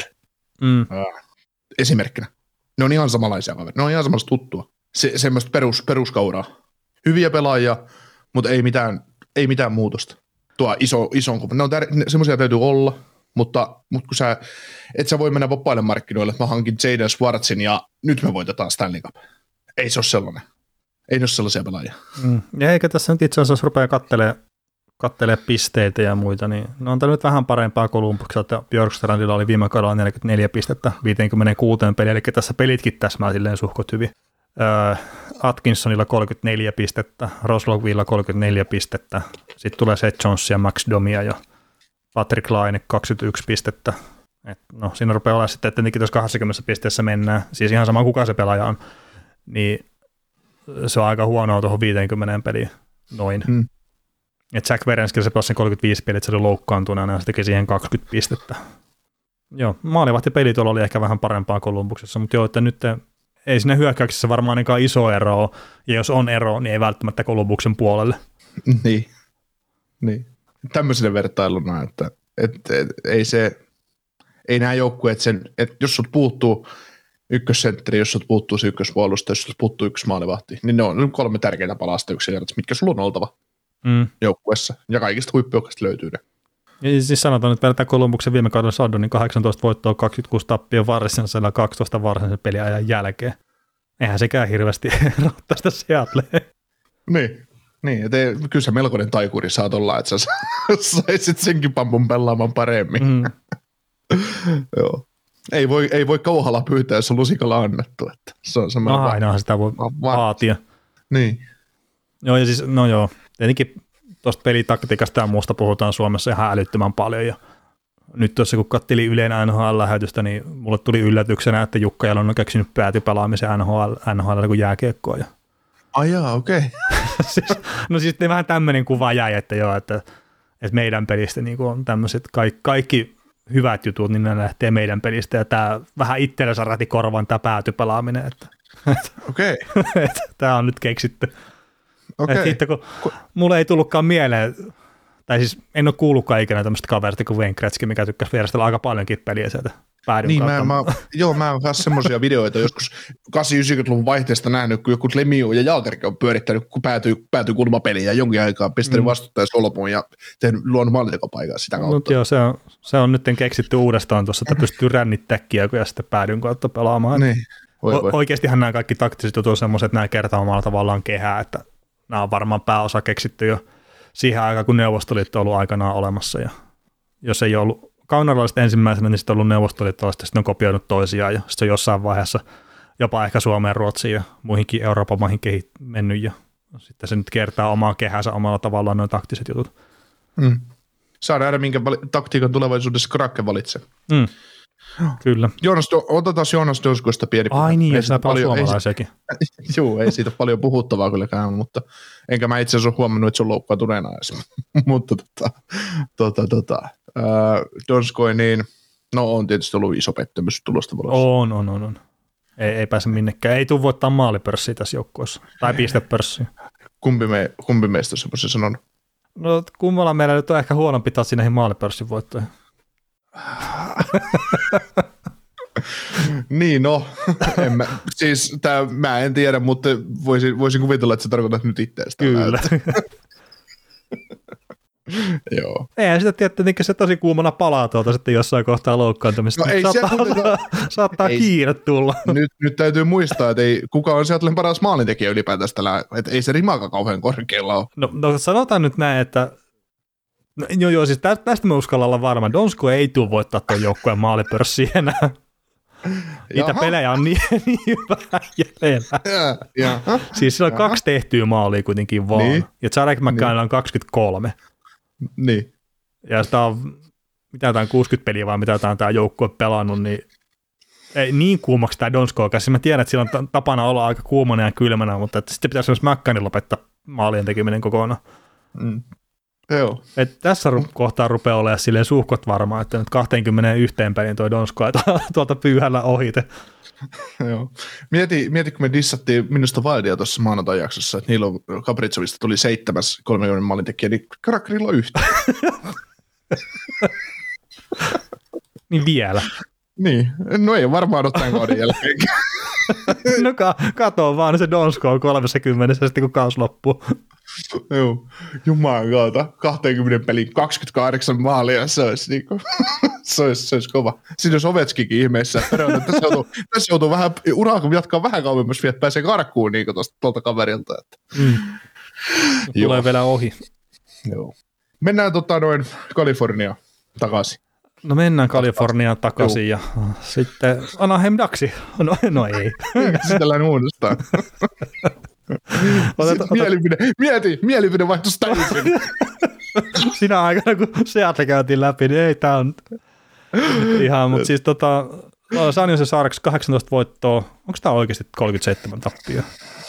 Esimerkkinä. Ne on ihan samanlaisia kavereita, ne on ihan samasta tuttua. Semmoista peruskauraa. Hyviä pelaajia, mutta ei mitään muutosta. Tuo ison kuva. Semmoisia täytyy olla. Mutta kun et sä voi mennä vapaille markkinoille, että mä hankin Jaden Schwartzin ja nyt me voitetaan Stanley Cup. Ei se ole sellainen. Ei ne ole sellaisia pelaajia. Ja eikä tässä nyt itse asiassa rupea kattelee pisteitä ja muita, niin ne on nyt vähän parempaa Columbukselta, että Björkstrandilla oli viime kaudella 44 pistettä 56 peliä, eli tässä pelitkin täsmää silleen suhkot hyvin. Atkinsonilla 34 pistettä, Roslovilla 34 pistettä, sitten tulee Seth Jones ja Max Domia ja Patrick Laine 21 pistettä. No siinä rupeaa olla sitten, että tietenkin tuossa 20 pisteessä mennään, siis ihan sama kuka se pelaaja on, niin se on aika huonoa tuohon 50 peliin noin. Että Jack Werenski se pelasi 35 peliä, että se oli loukkaantuneena ja se teki siihen 20 pistettä. Joo, maalivahtipelit oli ehkä vähän parempaa Columbuksessa, mutta joo, että nyt ei siinä hyökkäyksessä varmaan ainakaan iso ero ole, ja jos on ero, niin ei välttämättä Columbuksen puolelle. Niin. Tämmöiselle vertailuna, että ei nämä joukkueet että jos sut puuttuu ykkössentteri, jos sut puuttuu se ykköspuolustaja, jos sut puuttuu ykkösmaalivahti, niin ne on 3 tärkeitä palasta yksinkertaisesti, mitkä sulla on oltava joukkueessa, ja kaikista huippujoukkueista löytyy ne. Ja siis sanotaan, että vertaa Columbuksen viime kaudella Sadonin 18 voittoa, 26 tappia varsinaisella 12 varsinaisen peliajan jälkeen. Eihän sekään hirveästi erottaa sitä Seattleen. Niin, että kyllä sä melkoinen taikuri saat olla, että sä saisit senkin pampun pelaamaan paremmin. Joo. Ei voi kauhalla pyytää, jos on lusikalla annettu. Että se on semmoinen aina sitä voi vaatia. Niin. Joo, ja siis, no joo, tietenkin tuosta pelitaktiikasta ja muusta puhutaan Suomessa ihan älyttömän paljon, ja nyt tuossa kun katselin Ylen NHL-lähetystä, niin mulle tuli yllätyksenä, että Jukka Jalonen on keksinyt päätypelaamisen NHL kuin jääkiekkoa. Jaa, okei. No siis vähän tämmöinen kuva jäi, että joo, että meidän pelistä niin on tämmöiset kaikki hyvät jutut, niin ne lähtee meidän pelistä, ja tämä vähän itsellensä räti korvan tämä päätypelaaminen, että okei. Tämä on nyt keksitty. Okei. Että kun mulle ei tullutkaan mieleen, tai siis en ole kuullutkaan ikinä tämmöistä kaverista kuin Wayne Gretzky, mikä tykkäsi vierastella aika paljonkin peliä sieltä päädyn niin, kautta. mä oon kanssa semmoisia videoita joskus 80-90-luvun vaihteesta nähnyt, kun joku Lemieux ja Jalkarikin on pyörittänyt, kun päätyy kulmapeliin ja jonkin aikaa pistänyt vastuttaja solmuun ja luonut maalintekopaikaa sitä kautta. Mutta joo, se on nyt keksitty uudestaan tuossa, että pystyy rännittäkkiä ja sitten päädyn kautta pelaamaan. Niin. Oikeastihan nämä kaikki taktiset jutut on semmoiset, että nämä kertaa omalla tavallaan kehää, että nämä on varmaan pääosa keksitty jo siihen aikaan, kun Neuvostoliitto on ollut aikanaan olemassa. Ja jos ei ole ollut kaunalaiset ensimmäisenä, niin sitten on ollut neuvostoliittolaiset, ja sitten on kopioinut toisiaan, ja sitten on jossain vaiheessa jopa ehkä Suomeen, Ruotsiin ja muihinkin Euroopan maihin mennyt, ja sitten se nyt kertaa omaa kehänsä omalla tavallaan nuo taktiset jutut. Saa nähdä, minkä taktiikan tulevaisuudessa Kraken valitsee. Kyllä. Otetaan Joonas Donskoista pieni. Ai niin, ja paljon suomalaisiakin. Joo, ei siitä paljon puhuttavaa kylläkään, mutta enkä mä itse asiassa ole huomannut, että se on loukkaantuneena edes. Mutta Donskoi, niin no on tietysti ollut iso pettymys tulosta valossa. On. Ei pääse minnekään. Ei tule voittaa maalipörssiä tässä joukkueessa. Tai pistepörssiä. Kumpi meistä on semmoisen sanonut? No kummalla meillä nyt on ehkä huonompi tatsi näihin maalipörssin voittoihin. Niin, no. Mä en tiedä, mutta voisin kuvitella, että se tarkoittaa nyt itseästä. Kyllä. Joo. Eihän sitä tiedä, että se tosi kuumana palaa tuolta sitten jossain kohtaa loukkaantumista. No, saattaa kiire tulla. Nyt täytyy muistaa, että kuka on Seattlen paras maalintekijä ylipäätänsä tällä, että ei se rimaakaan kauhean korkealla ole. No sanotaan nyt näin, että joo, siis tästä me uskallan olla varma. Donsko ei tule voittaa tuon joukkueen maalipörssiä enää. Niitä pelejä on niin vähän jäljellä. Siis sillä on 2 tehtyä maalia kuitenkin vaan. Niin. Ja Jarek McCann on 23. Niin. Ja sitä on, mitä tämä on 60 peliä vai mitä tämä joukkue pelannut, niin ei niin kuumaksi tämä Donsko on. Siis mä tiedän, että sillä on tapana olla aika kuumana ja kylmänä, mutta että sitten pitäisi myös McCannin lopettaa maalien tekeminen kokonaan. Joo. Et tässä kohtaa rupeaa olemaan silleen suhkot varmaa, että nyt 21 peliin toi Donsko tuolta pyyhällä ohite. Joo. Mieti, kun me dissattiin minusta Wildia tuossa maanantai-jaksossa, että niillä on Kapritsovista tuli 7 30 maalintekijä, niin Karakrilla on yhtä. Niin vielä. Niin, no ei varmaan ole tämän kauden jälkeen. No kato vaan se Donsko on 30 sitten, kun kaus loppuu. Joo, jumalan kautta, 20 pelin 28 maalia, se olisi niinku, se olisi kova. Siinä olisi Ovechkinkin ihmeessä. Tässä joutuu vähän, uraa kun jatkaa vähän kauemmas, että pääsee karkuun niinku tuolta kaverilta. Tulee vielä ohi. Joo. Mennään Kaliforniaan takaisin. No mennään Kaliforniaan takaisin ja sitten Anaheim Ducksi. No ei. Käsitellään uudestaan. Mielipide vaihtus täysin. Sinä aikana, kun Seattle käytiin läpi, niin ei, tämä on ihan, mutta siis San Jose Sharks 18 voittoa, onko tämä oikeasti 37 tappia?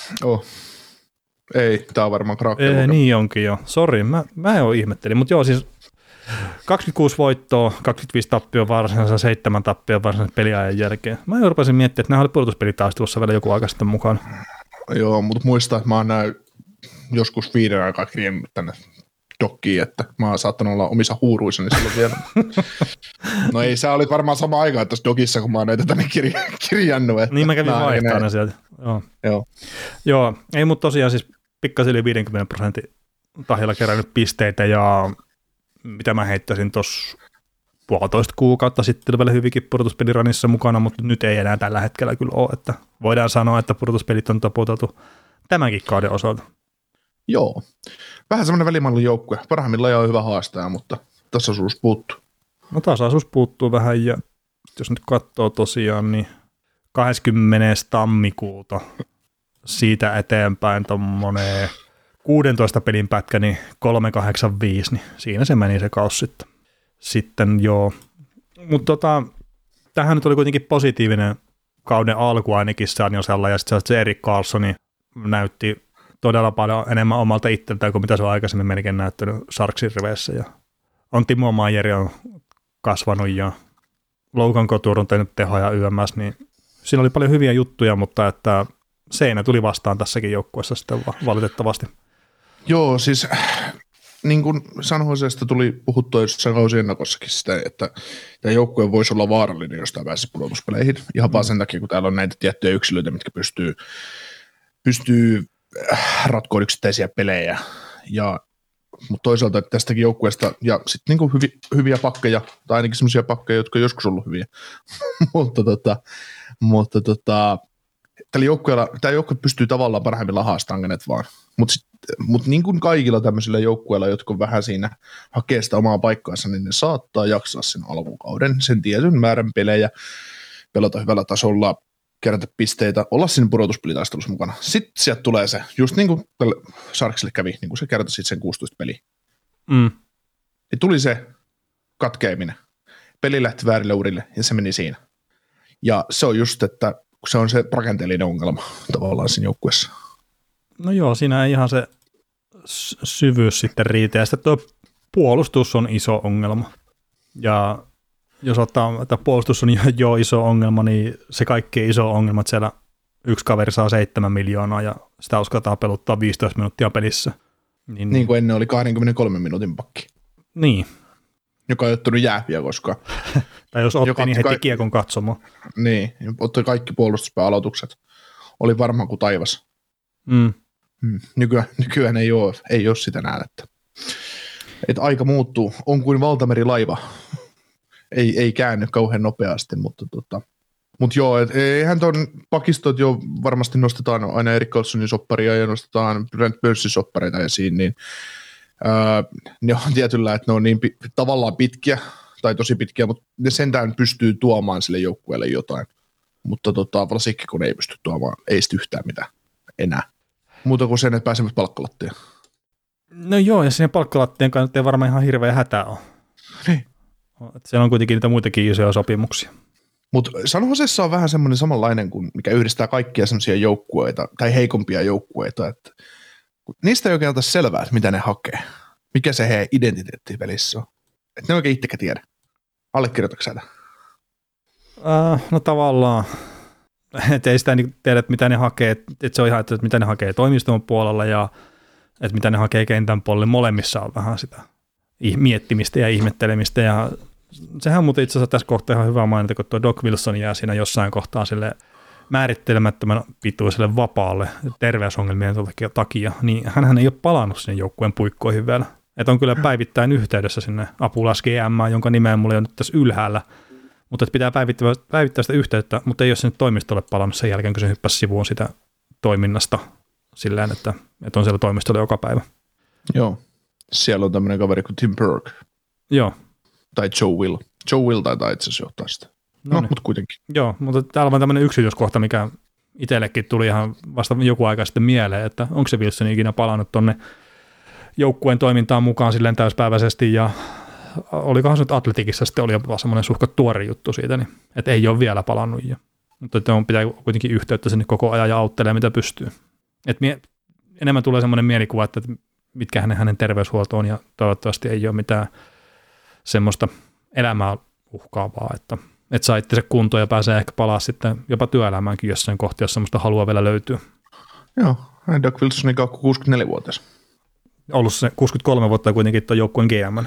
Ei, tämä on varmaan Kraken. Niin onkin jo, sori, mä en ole ihmettelin, mutta joo siis 26 voittoa, 25 tappia varsinaisessa, 7 tappia varsinaisen peliajan jälkeen. Mä rupesin miettimään, että nämä oli pudotuspelitaistelussa vielä joku aika sitten mukaan. Joo, mutta muista, että mä oon joskus 5 aikaa kirjannut tänne dokkiin, että mä oon saattanut olla omissa huuruissani silloin vielä. No ei, sä olit varmaan sama aikaa tässä dokissa, kun mä oon näitä tänne kirjannut. Että niin mä kävin vaihtamaan ne sieltä. Joo, ei mutta tosiaan siis pikkasen yli 50% tahjalla kerännyt pisteitä ja mitä mä heittäisin tuossa 1,5 kuukautta sitten vielä hyvinkin pudotuspeliranissa mukana, mutta nyt ei enää tällä hetkellä kyllä ole, että voidaan sanoa, että pudotuspelit on taputeltu tämänkin kauden osalta. Joo, vähän semmoinen välimallin joukkue, parhaimmillaan on hyvä haastaja, mutta tasaisuus puuttuu. No tasaisuus puuttuu vähän ja jos nyt katsoo tosiaan, niin 20. tammikuuta siitä eteenpäin tuommoinen 16 pelin pätkä, niin 385, niin siinä se meni se kaus sitten. Sitten joo, mutta tämähän nyt oli kuitenkin positiivinen kauden alku ainakin Sarniosella, ja sitten se Erik Karlsson näytti todella paljon enemmän omalta itseltään kuin mitä se on aikaisemmin melkein näyttänyt Sharksin riveissä, ja on Timo Meier on kasvanut, ja Logan Couture on tehnyt tehoja YMS, niin siinä oli paljon hyviä juttuja, mutta että seinä tuli vastaan tässäkin joukkueessa sitten valitettavasti. Joo, siis niin kuin San Josesta tuli puhuttua jossain kausiennakossakin sitä, että tämä joukkue voisi olla vaarallinen, jos tämä pääsisi pudotuspeleihin. Ihan vaan sen takia, kun täällä on näitä tiettyjä yksilöitä, mitkä pystyy ratkoon yksittäisiä pelejä. Mutta toisaalta että tästäkin joukkueesta, ja sitten niin hyviä pakkeja, tai ainakin sellaisia pakkeja, jotka on joskus ollut hyviä. mutta tämä joukkue pystyy tavallaan parhaimmillaan haastamaan kenet vaan. Mutta niin kuin kaikilla tämmöisillä joukkueilla, jotka on vähän siinä hakee sitä omaa paikkaansa, niin ne saattaa jaksaa sen alkukauden, sen tietyn määrän pelejä, pelata hyvällä tasolla, kerätä pisteitä, olla siinä pudotuspelitaistelussa mukana. Sitten sieltä tulee se, just niin kuin Sarksille kävi, niin kuin se kerätä sitten sen 16 peliä. Niin tuli se katkeaminen. Peli lähti väärille urille ja se meni siinä. Ja se on just, että se on se rakenteellinen ongelma tavallaan siinä joukkueessa. No joo, siinä ei ihan se syvyys sitten riitä, ja sitten tuo puolustus on iso ongelma. Ja jos ottaa, että puolustus on jo iso ongelma, niin se kaikkein iso ongelma, että siellä yksi kaveri saa 7 miljoonaa, ja sitä uskataan peluttaa 15 minuuttia pelissä. Niin kuin ennen oli 23 minuutin pakki. Niin. Joka ei ottanut jääpiä koskaan. Tai jos otti, niin heti kiekon katsomaan. Niin, otti kaikki puolustuspääaloitukset. Oli varmaan kuin taivas. Nykyään ei ole sitä nähdettä. Että aika muuttuu. On kuin valtamerilaiva. ei käänny kauhean nopeasti, mutta joo, eihän tuon pakistot jo varmasti nostetaan aina Erik Karlssonin sopparia ja nostetaan Brent Burnsin soppareita esiin, niin ne on tietyllä, että ne on niin tavallaan pitkiä, tai tosi pitkiä, mutta ne sentään pystyy tuomaan sille joukkueelle jotain. Mutta varsinkin kun ei pysty tuomaan, ei sitten yhtään mitään enää. Muuta kuin sen, että pääsemme palkkalattiin. No joo, ja siinä palkkalattien kannalta ei varmaan ihan hirveä hätää ole. Niin. Siellä on kuitenkin niitä muitakin isoja sopimuksia. Mutta San Josessa on vähän semmoinen samanlainen kuin mikä yhdistää kaikkia semmoisia joukkueita, tai heikompia joukkueita, että niistä ei oikein ota selvää, että mitä ne hakee. Mikä se heidän identiteetti pelissä on. Että ne oikein itsekä tiedä. Allekirjoitatko sä? No tavallaan. Että ei sitä tiedä, että mitä ne hakee. Että se on ihan, että mitä ne hakee toimiston puolella ja että mitä ne hakee kentän puolelle. Molemmissa on vähän sitä miettimistä ja ihmettelemistä. Ja sehän on muuten itse asiassa tässä kohtaa ihan hyvä mainita, kun tuo Doc Wilson jää siinä jossain kohtaa sille määrittelemättömän pituiselle vapaalle terveysongelmien takia, niin hänhän ei ole palannut sinne joukkueen puikkoihin vielä. Että on kyllä päivittäin yhteydessä sinne Apulas GM, jonka nimeä mulla on nyt tässä ylhäällä, mutta että pitää päivittää sitä yhteyttä, mutta ei ole sinne toimistolle palannut sen jälkeen, kun se hyppäsi sivuun sitä toiminnasta silleen, että on siellä toimistolla joka päivä. Joo, siellä on tämmöinen kaveri kuin Tim Burke. Joo. Tai Joe Will. Joe Will taitaa itse asiassa johtaa sitä. No niin. Mutta kuitenkin. Joo, mutta täällä on tämmöinen yksityiskohta, mikä itsellekin tuli ihan vasta joku aika sitten mieleen, että onko se Wilson ikinä palannut tonne joukkueen toimintaan mukaan silleen täyspäiväisesti, ja olikohan se nyt Atletikissa sitten oli jopa semmoinen suhkat tuori juttu siitä, niin, että ei ole vielä palannut, mutta pitää kuitenkin yhteyttä sinne koko ajan ja auttelee mitä pystyy. Enemmän tulee semmoinen mielikuva, että mitkä hänen terveyshuolto on, ja toivottavasti ei ole mitään semmoista elämää uhkaavaa, että saa itse kuntoon ja pääsee ehkä palaa sitten jopa työelämäänkin jossain kohti, jos semmoista halua vielä löytyy. Joo, Doug Wilsonin kaukku 64-vuotias. Ollut se 63 vuotta kuitenkin tuon joukkueen GM.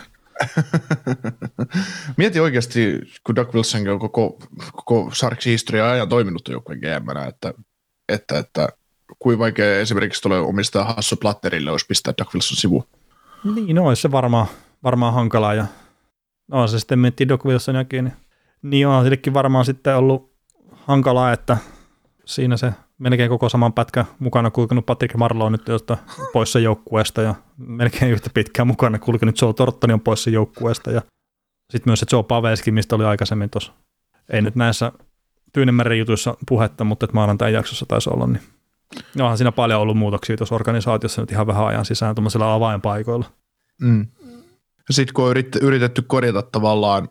Mieti oikeasti, kun Doug Wilson on koko Sharksin historiaa ajan toiminut tuon joukkueen GM-nä, että kuin vaikea esimerkiksi tulee omistaa Hasso Platterille, olisi pistää Doug Wilson sivuun. Niin, olisi se varmaan hankalaa, ja no se sitten miettii Doug Wilsoniakin, niin on sillekin varmaan sitten ollut hankalaa, että siinä se melkein koko saman pätkän mukana kulkenut Patrick Marleau nyt poissa joukkueesta, ja melkein yhtä pitkään mukana kulkenut Joe Thornton on poissa joukkueesta, ja sitten myös se Joe Pavelski, mistä oli aikaisemmin tuossa ei nyt näissä Tyynemeren jutuissa puhetta, mutta että maanantain jaksossa taisi olla, niin onhan siinä paljon ollut muutoksia tuossa organisaatiossa nyt ihan vähän ajan sisään tuollaisilla avainpaikoilla. Sitten kun on yritetty korjata tavallaan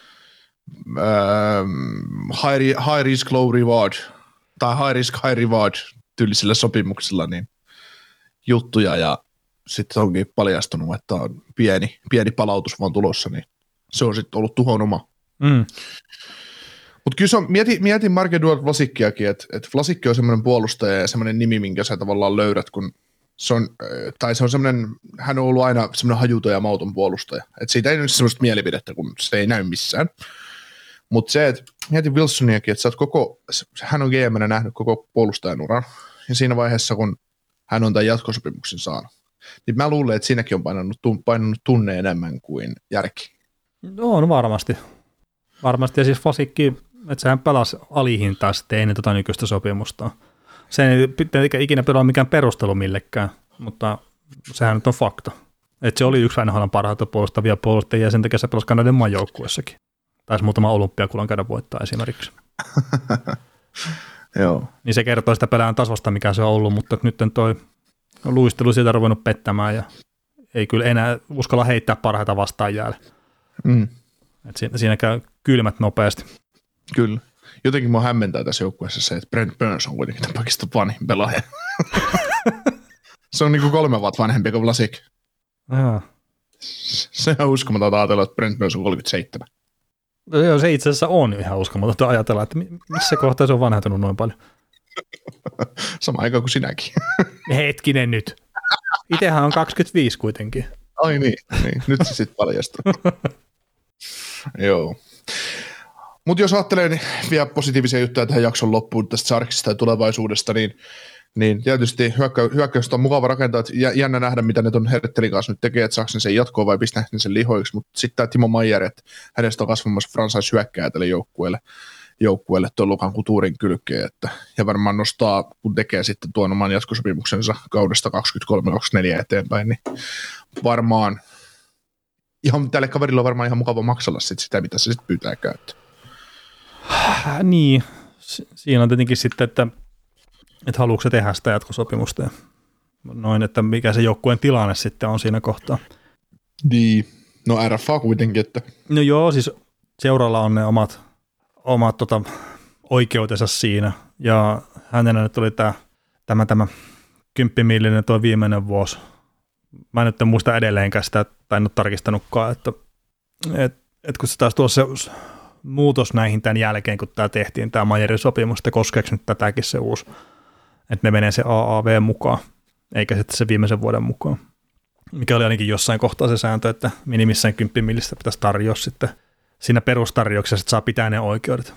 high risk, low reward, tai high risk, high reward tyylisillä sopimuksilla, niin juttuja, ja sitten onkin paljastunut, että on pieni palautus vaan tulossa, niin se on sitten ollut tuhon oma. Mutta kyllä se on, mietin Mark Edward Vlasickiakin, että Vlasikki on semmoinen puolustaja ja semmoinen nimi, minkä sä tavallaan löydät, kun se on semmoinen, hän on ollut aina semmoinen hajuton ja mauton puolustaja. Että siitä ei ole semmoista mielipidettä, kun se ei näy missään. Mutta se, että mietin Wilsoniakin, että hän on GM:nä nähnyt koko puolustajan uran, ja siinä vaiheessa, kun hän on tämän jatkosopimuksen saanut, niin mä luulen, että siinäkin on painanut tunne enemmän kuin järki. No varmasti. Varmasti, ja siis Vlasikki, että sehän pelasi alihintaa sitten ennen nykyistä sopimusta. Se ei ikinä pelaa mikään perustelu millekään, mutta sehän nyt on fakta. Että se oli yksi NHL:n parhaita puolustavia puolustajia, ja sen takia se pelasi Kanadan maan joukkueessakin. Taisi muutama olympiakulan käydä voittaa esimerkiksi. Joo. Niin se kertoo sitä pelään tasosta, mikä se on ollut, mutta nyt toi luistelu siitä on ruvennut pettämään, ja ei kyllä enää uskalla heittää parhaita vastaan jäälle. Siinä käy kylmät nopeasti. Kyllä. Jotenkin mua hämmentää tässä joukkueessa se, että Brent Burns on kuitenkin tämän pakista vanhin pelaaja. Se on niinku 3 vuotta vanhempi kuin Vlasic. Se on uskomatonta ajatella, että Brent Burns on 37. Joo, se itse asiassa on ihan uskomatonta ajatella, että missä kohtaa se on vanhentunut noin paljon. Sama aika kuin sinäkin. Hetkinen nyt. Itsehän on 25 kuitenkin. Ai niin. Nyt se sitten paljastuu. Joo. Mutta jos ajattelee niin vielä positiivisia juttuja tähän jakson loppuun tästä Sharksista ja tulevaisuudesta, niin tietysti hyökkäystä on mukava rakentaa, että jännä nähdä, mitä ne ton Herttelin kanssa nyt tekee, että saako ne sen jatkoa vai pistää ne sen lihoiksi, mutta sitten tämä Timo Meier, että hänestä on kasvamassa franchise-hyökkääjä tälle joukkueelle tuon Lukan Couturen kylkeen, ja varmaan nostaa, kun tekee sitten tuon oman jatkosopimuksensa kaudesta 23-24 eteenpäin, niin varmaan ihan tälle kaverille on varmaan ihan mukava maksella sitä, mitä se sitten pyytää käyttöön. Niin, siinä on tietenkin sitten, että haluatko se tehdä sitä jatkosopimusta ja noin, että mikä se joukkueen tilanne sitten on siinä kohtaa. Niin, no RFA kuitenkin, että... No joo, siis seuralla on ne omat oikeutensa siinä, ja hänellä nyt oli tämä 10 millinen tuo viimeinen vuosi. Mä nyt en muista edelleenkään sitä, tai en ole tarkistanutkaan, että kun se taas tuossa muutos näihin tämän jälkeen, kun tämä tehtiin, tämä Meierin sopimus, että koskeeko nyt tätäkin se uusi, että ne menee se AAV mukaan, eikä sitten se viimeisen vuoden mukaan. Mikä oli ainakin jossain kohtaa se sääntö, että minimissään 10 millistä pitäisi tarjoa sitten siinä perustarjouksessa, että saa pitää ne oikeudet.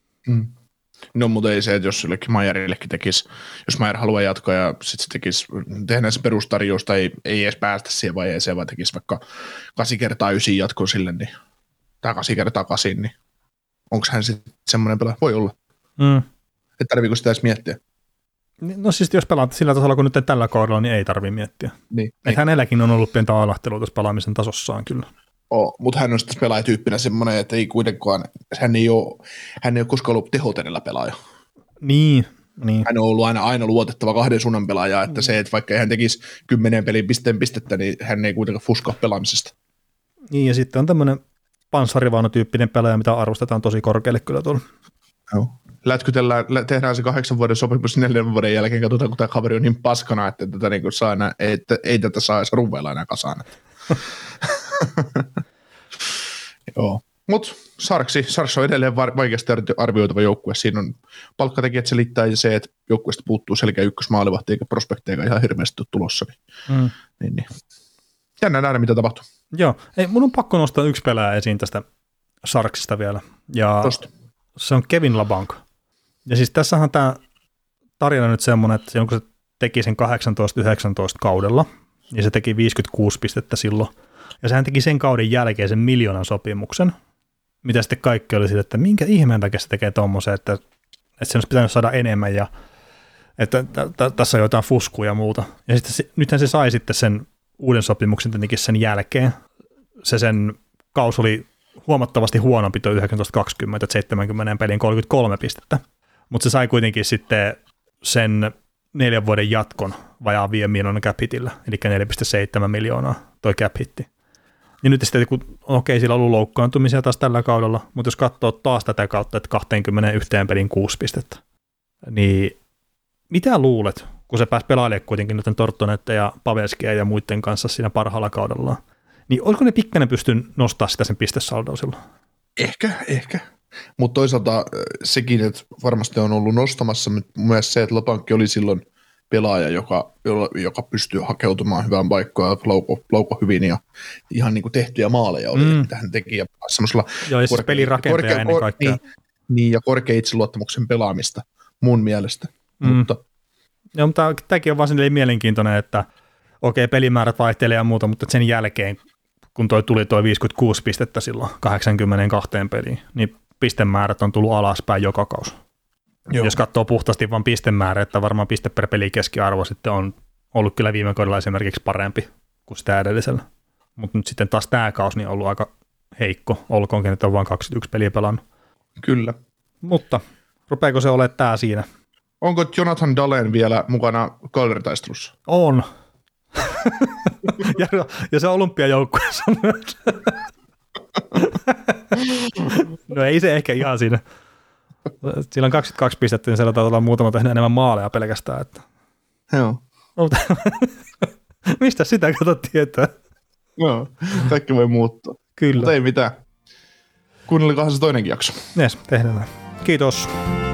No, mutta ei se, että jos jollekin Meierillekin tekisi, jos Meier haluaa jatkaa ja sitten se tekisi, tehdään se perustarjous tai ei edes päästä siihen vaiheeseen, vaan tekisi vaikka 8x9 jatkoon sille, niin, tai 8x8, niin onko hän sitten semmoinen pelaaja? Voi olla. Että tarviiko sitä edes miettiä? No siis jos pelaat sillä tasolla kuin nyt tällä kaudella, niin ei tarvitse miettiä. Niin. Että hänelläkin on ollut pientä ailahtelua tuossa pelaamisen tasossaan kyllä. Mutta hän on sitten pelaajatyyppinä semmoinen, että ei kuitenkaan, hän ei ole koskaan ollut tehotenellä pelaaja. Niin. Hän on ollut aina luotettava 2 suunnan pelaaja, että se, että vaikka hän tekisi 10 pelin pistettä, niin hän ei kuitenkaan fuskaa pelaamisesta. Niin, ja sitten on tämmöinen panssarivaunutyyppinen pelaaja, mitä arvostetaan tosi korkealle kyllä tuolla. Joo. Tehdään se 8 vuoden sopimus 4 vuoden jälkeen, katsotaan, kun tämä kaveri on niin paskana, että tätä niin saa enää, ei tätä saa edes ruveilla enää kasaan. Joo. Mutta Sharks on edelleen vaikeasti arvioitava joukkue. Siinä on palkkatekijät selittää ja se, että joukkueesta puuttuu selkeä ykkösmaalivahti eikä prospekteja ihan hirveästi ole tulossa. Niin. Jännä nähdä, mitä tapahtuu. Joo. Mun on pakko nostaa yksi pelaaja esiin tästä Sharksista vielä. Ja se on Kevin Labanc. Ja siis tässähän tämä tarina nyt semmoinen, että kun se teki sen 18-19 kaudella, niin se teki 56 pistettä silloin. Ja sehän teki sen kauden jälkeen sen 1 miljoonan sopimuksen, mitä sitten kaikki oli siitä, että minkä ihmeen takia se tekee tommoisen, että se olisi pitänyt saada enemmän ja että tässä on jotain fuskua ja muuta. Ja sitten nythän se sai sitten sen uuden sopimuksen tietenkin sen jälkeen. Sen kaus oli huomattavasti huonompi tuo 19-20, että 70 peliin 33 pistettä. Mutta se sai kuitenkin sitten sen 4 vuoden jatkon vajaan 5 miljoonan cap hitillä, eli 4,7 miljoonaa toi cap hitti. Ja nyt sitten, kun sillä on ollut loukkaantumisia taas tällä kaudella, mutta jos katsoo taas tätä kautta, että 21 pelin 6 pistettä, niin mitä luulet, kun se pääsi pelailemaan kuitenkin noiden Tortonette ja Pavelskia ja muiden kanssa siinä parhaalla kaudellaan, niin olisiko ne pikkainen pysty nostamaan sitä sen pistesaldoa silloin? Ehkä. Mutta toisaalta sekin, että varmasti on ollut nostamassa myös se, että Lapankki oli silloin pelaaja, joka pystyy hakeutumaan hyvään paikkaan ja lauko hyvin ja ihan niin kuin tehtyjä maaleja oli, mitä hän teki. Ja semmoisella ja siis pelirakentaja ennen kaikkea. Niin, ja korkea itseluottamuksen pelaamista mun mielestä. Mutta tämäkin on vaan silleen mielenkiintoinen, että okei, pelimäärät vaihtelee ja muuta, mutta sen jälkeen, kun tuli 56 pistettä silloin 82 peliin, niin pistemäärät on tullut alaspäin joka kausi. Joo. Jos katsoo puhtaasti vain pistemäärä, että varmaan piste per peli keskiarvo sitten on ollut kyllä viime kaudella esimerkiksi parempi kuin sitä edellisellä. Mutta nyt sitten taas tämä kausi niin on ollut aika heikko, olkoonkin, että on vain 21 peliä pelannut. Kyllä. Mutta rupeeko se olemaan tämä siinä? Onko Jonathan Dalen vielä mukana Calgary-taistelussa? On. ja se on olympiajoukkueessa myös. No ei se ehkä ihan siinä. Sillä on 22 pistettä, niin siellä taitaa olla muutama tehnyt enemmän maaleja pelkästään. Että. Joo. Mistä sitä kato tietää? Joo, kaikki voi muuttua. Kyllä. Mutta ei mitään. Kuunnelikohan se toinenkin jakso. Yes, tehdään. Kiitos.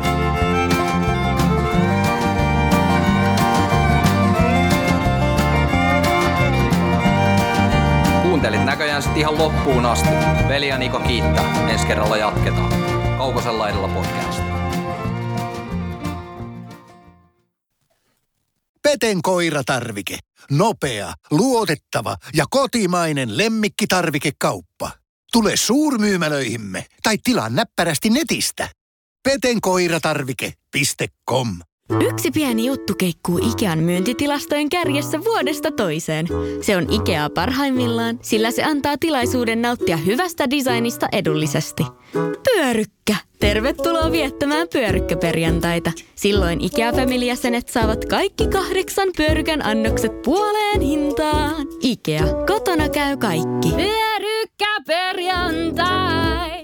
Kuuntelit näköjään sitten ihan loppuun asti. Veli ja Niko kiittää. Ensi kerralla jatketaan. Kaukosen laidalla podcast. Peten koiratarvike. Nopea, luotettava ja kotimainen lemmikkitarvikekauppa. Tule suurmyymälöihimme tai tilaa näppärästi netistä. petenkoiratarvike.com. Yksi pieni juttu keikkuu Ikean myyntitilastojen kärjessä vuodesta toiseen. Se on Ikea parhaimmillaan, sillä se antaa tilaisuuden nauttia hyvästä designista edullisesti. Pyörykkä! Tervetuloa viettämään pyörykkäperjantaita. Silloin Ikea Family-jäsenet saavat kaikki 8 pyörykän annokset puoleen hintaan. Ikea, kotona käy kaikki. Pyörykkäperjantai!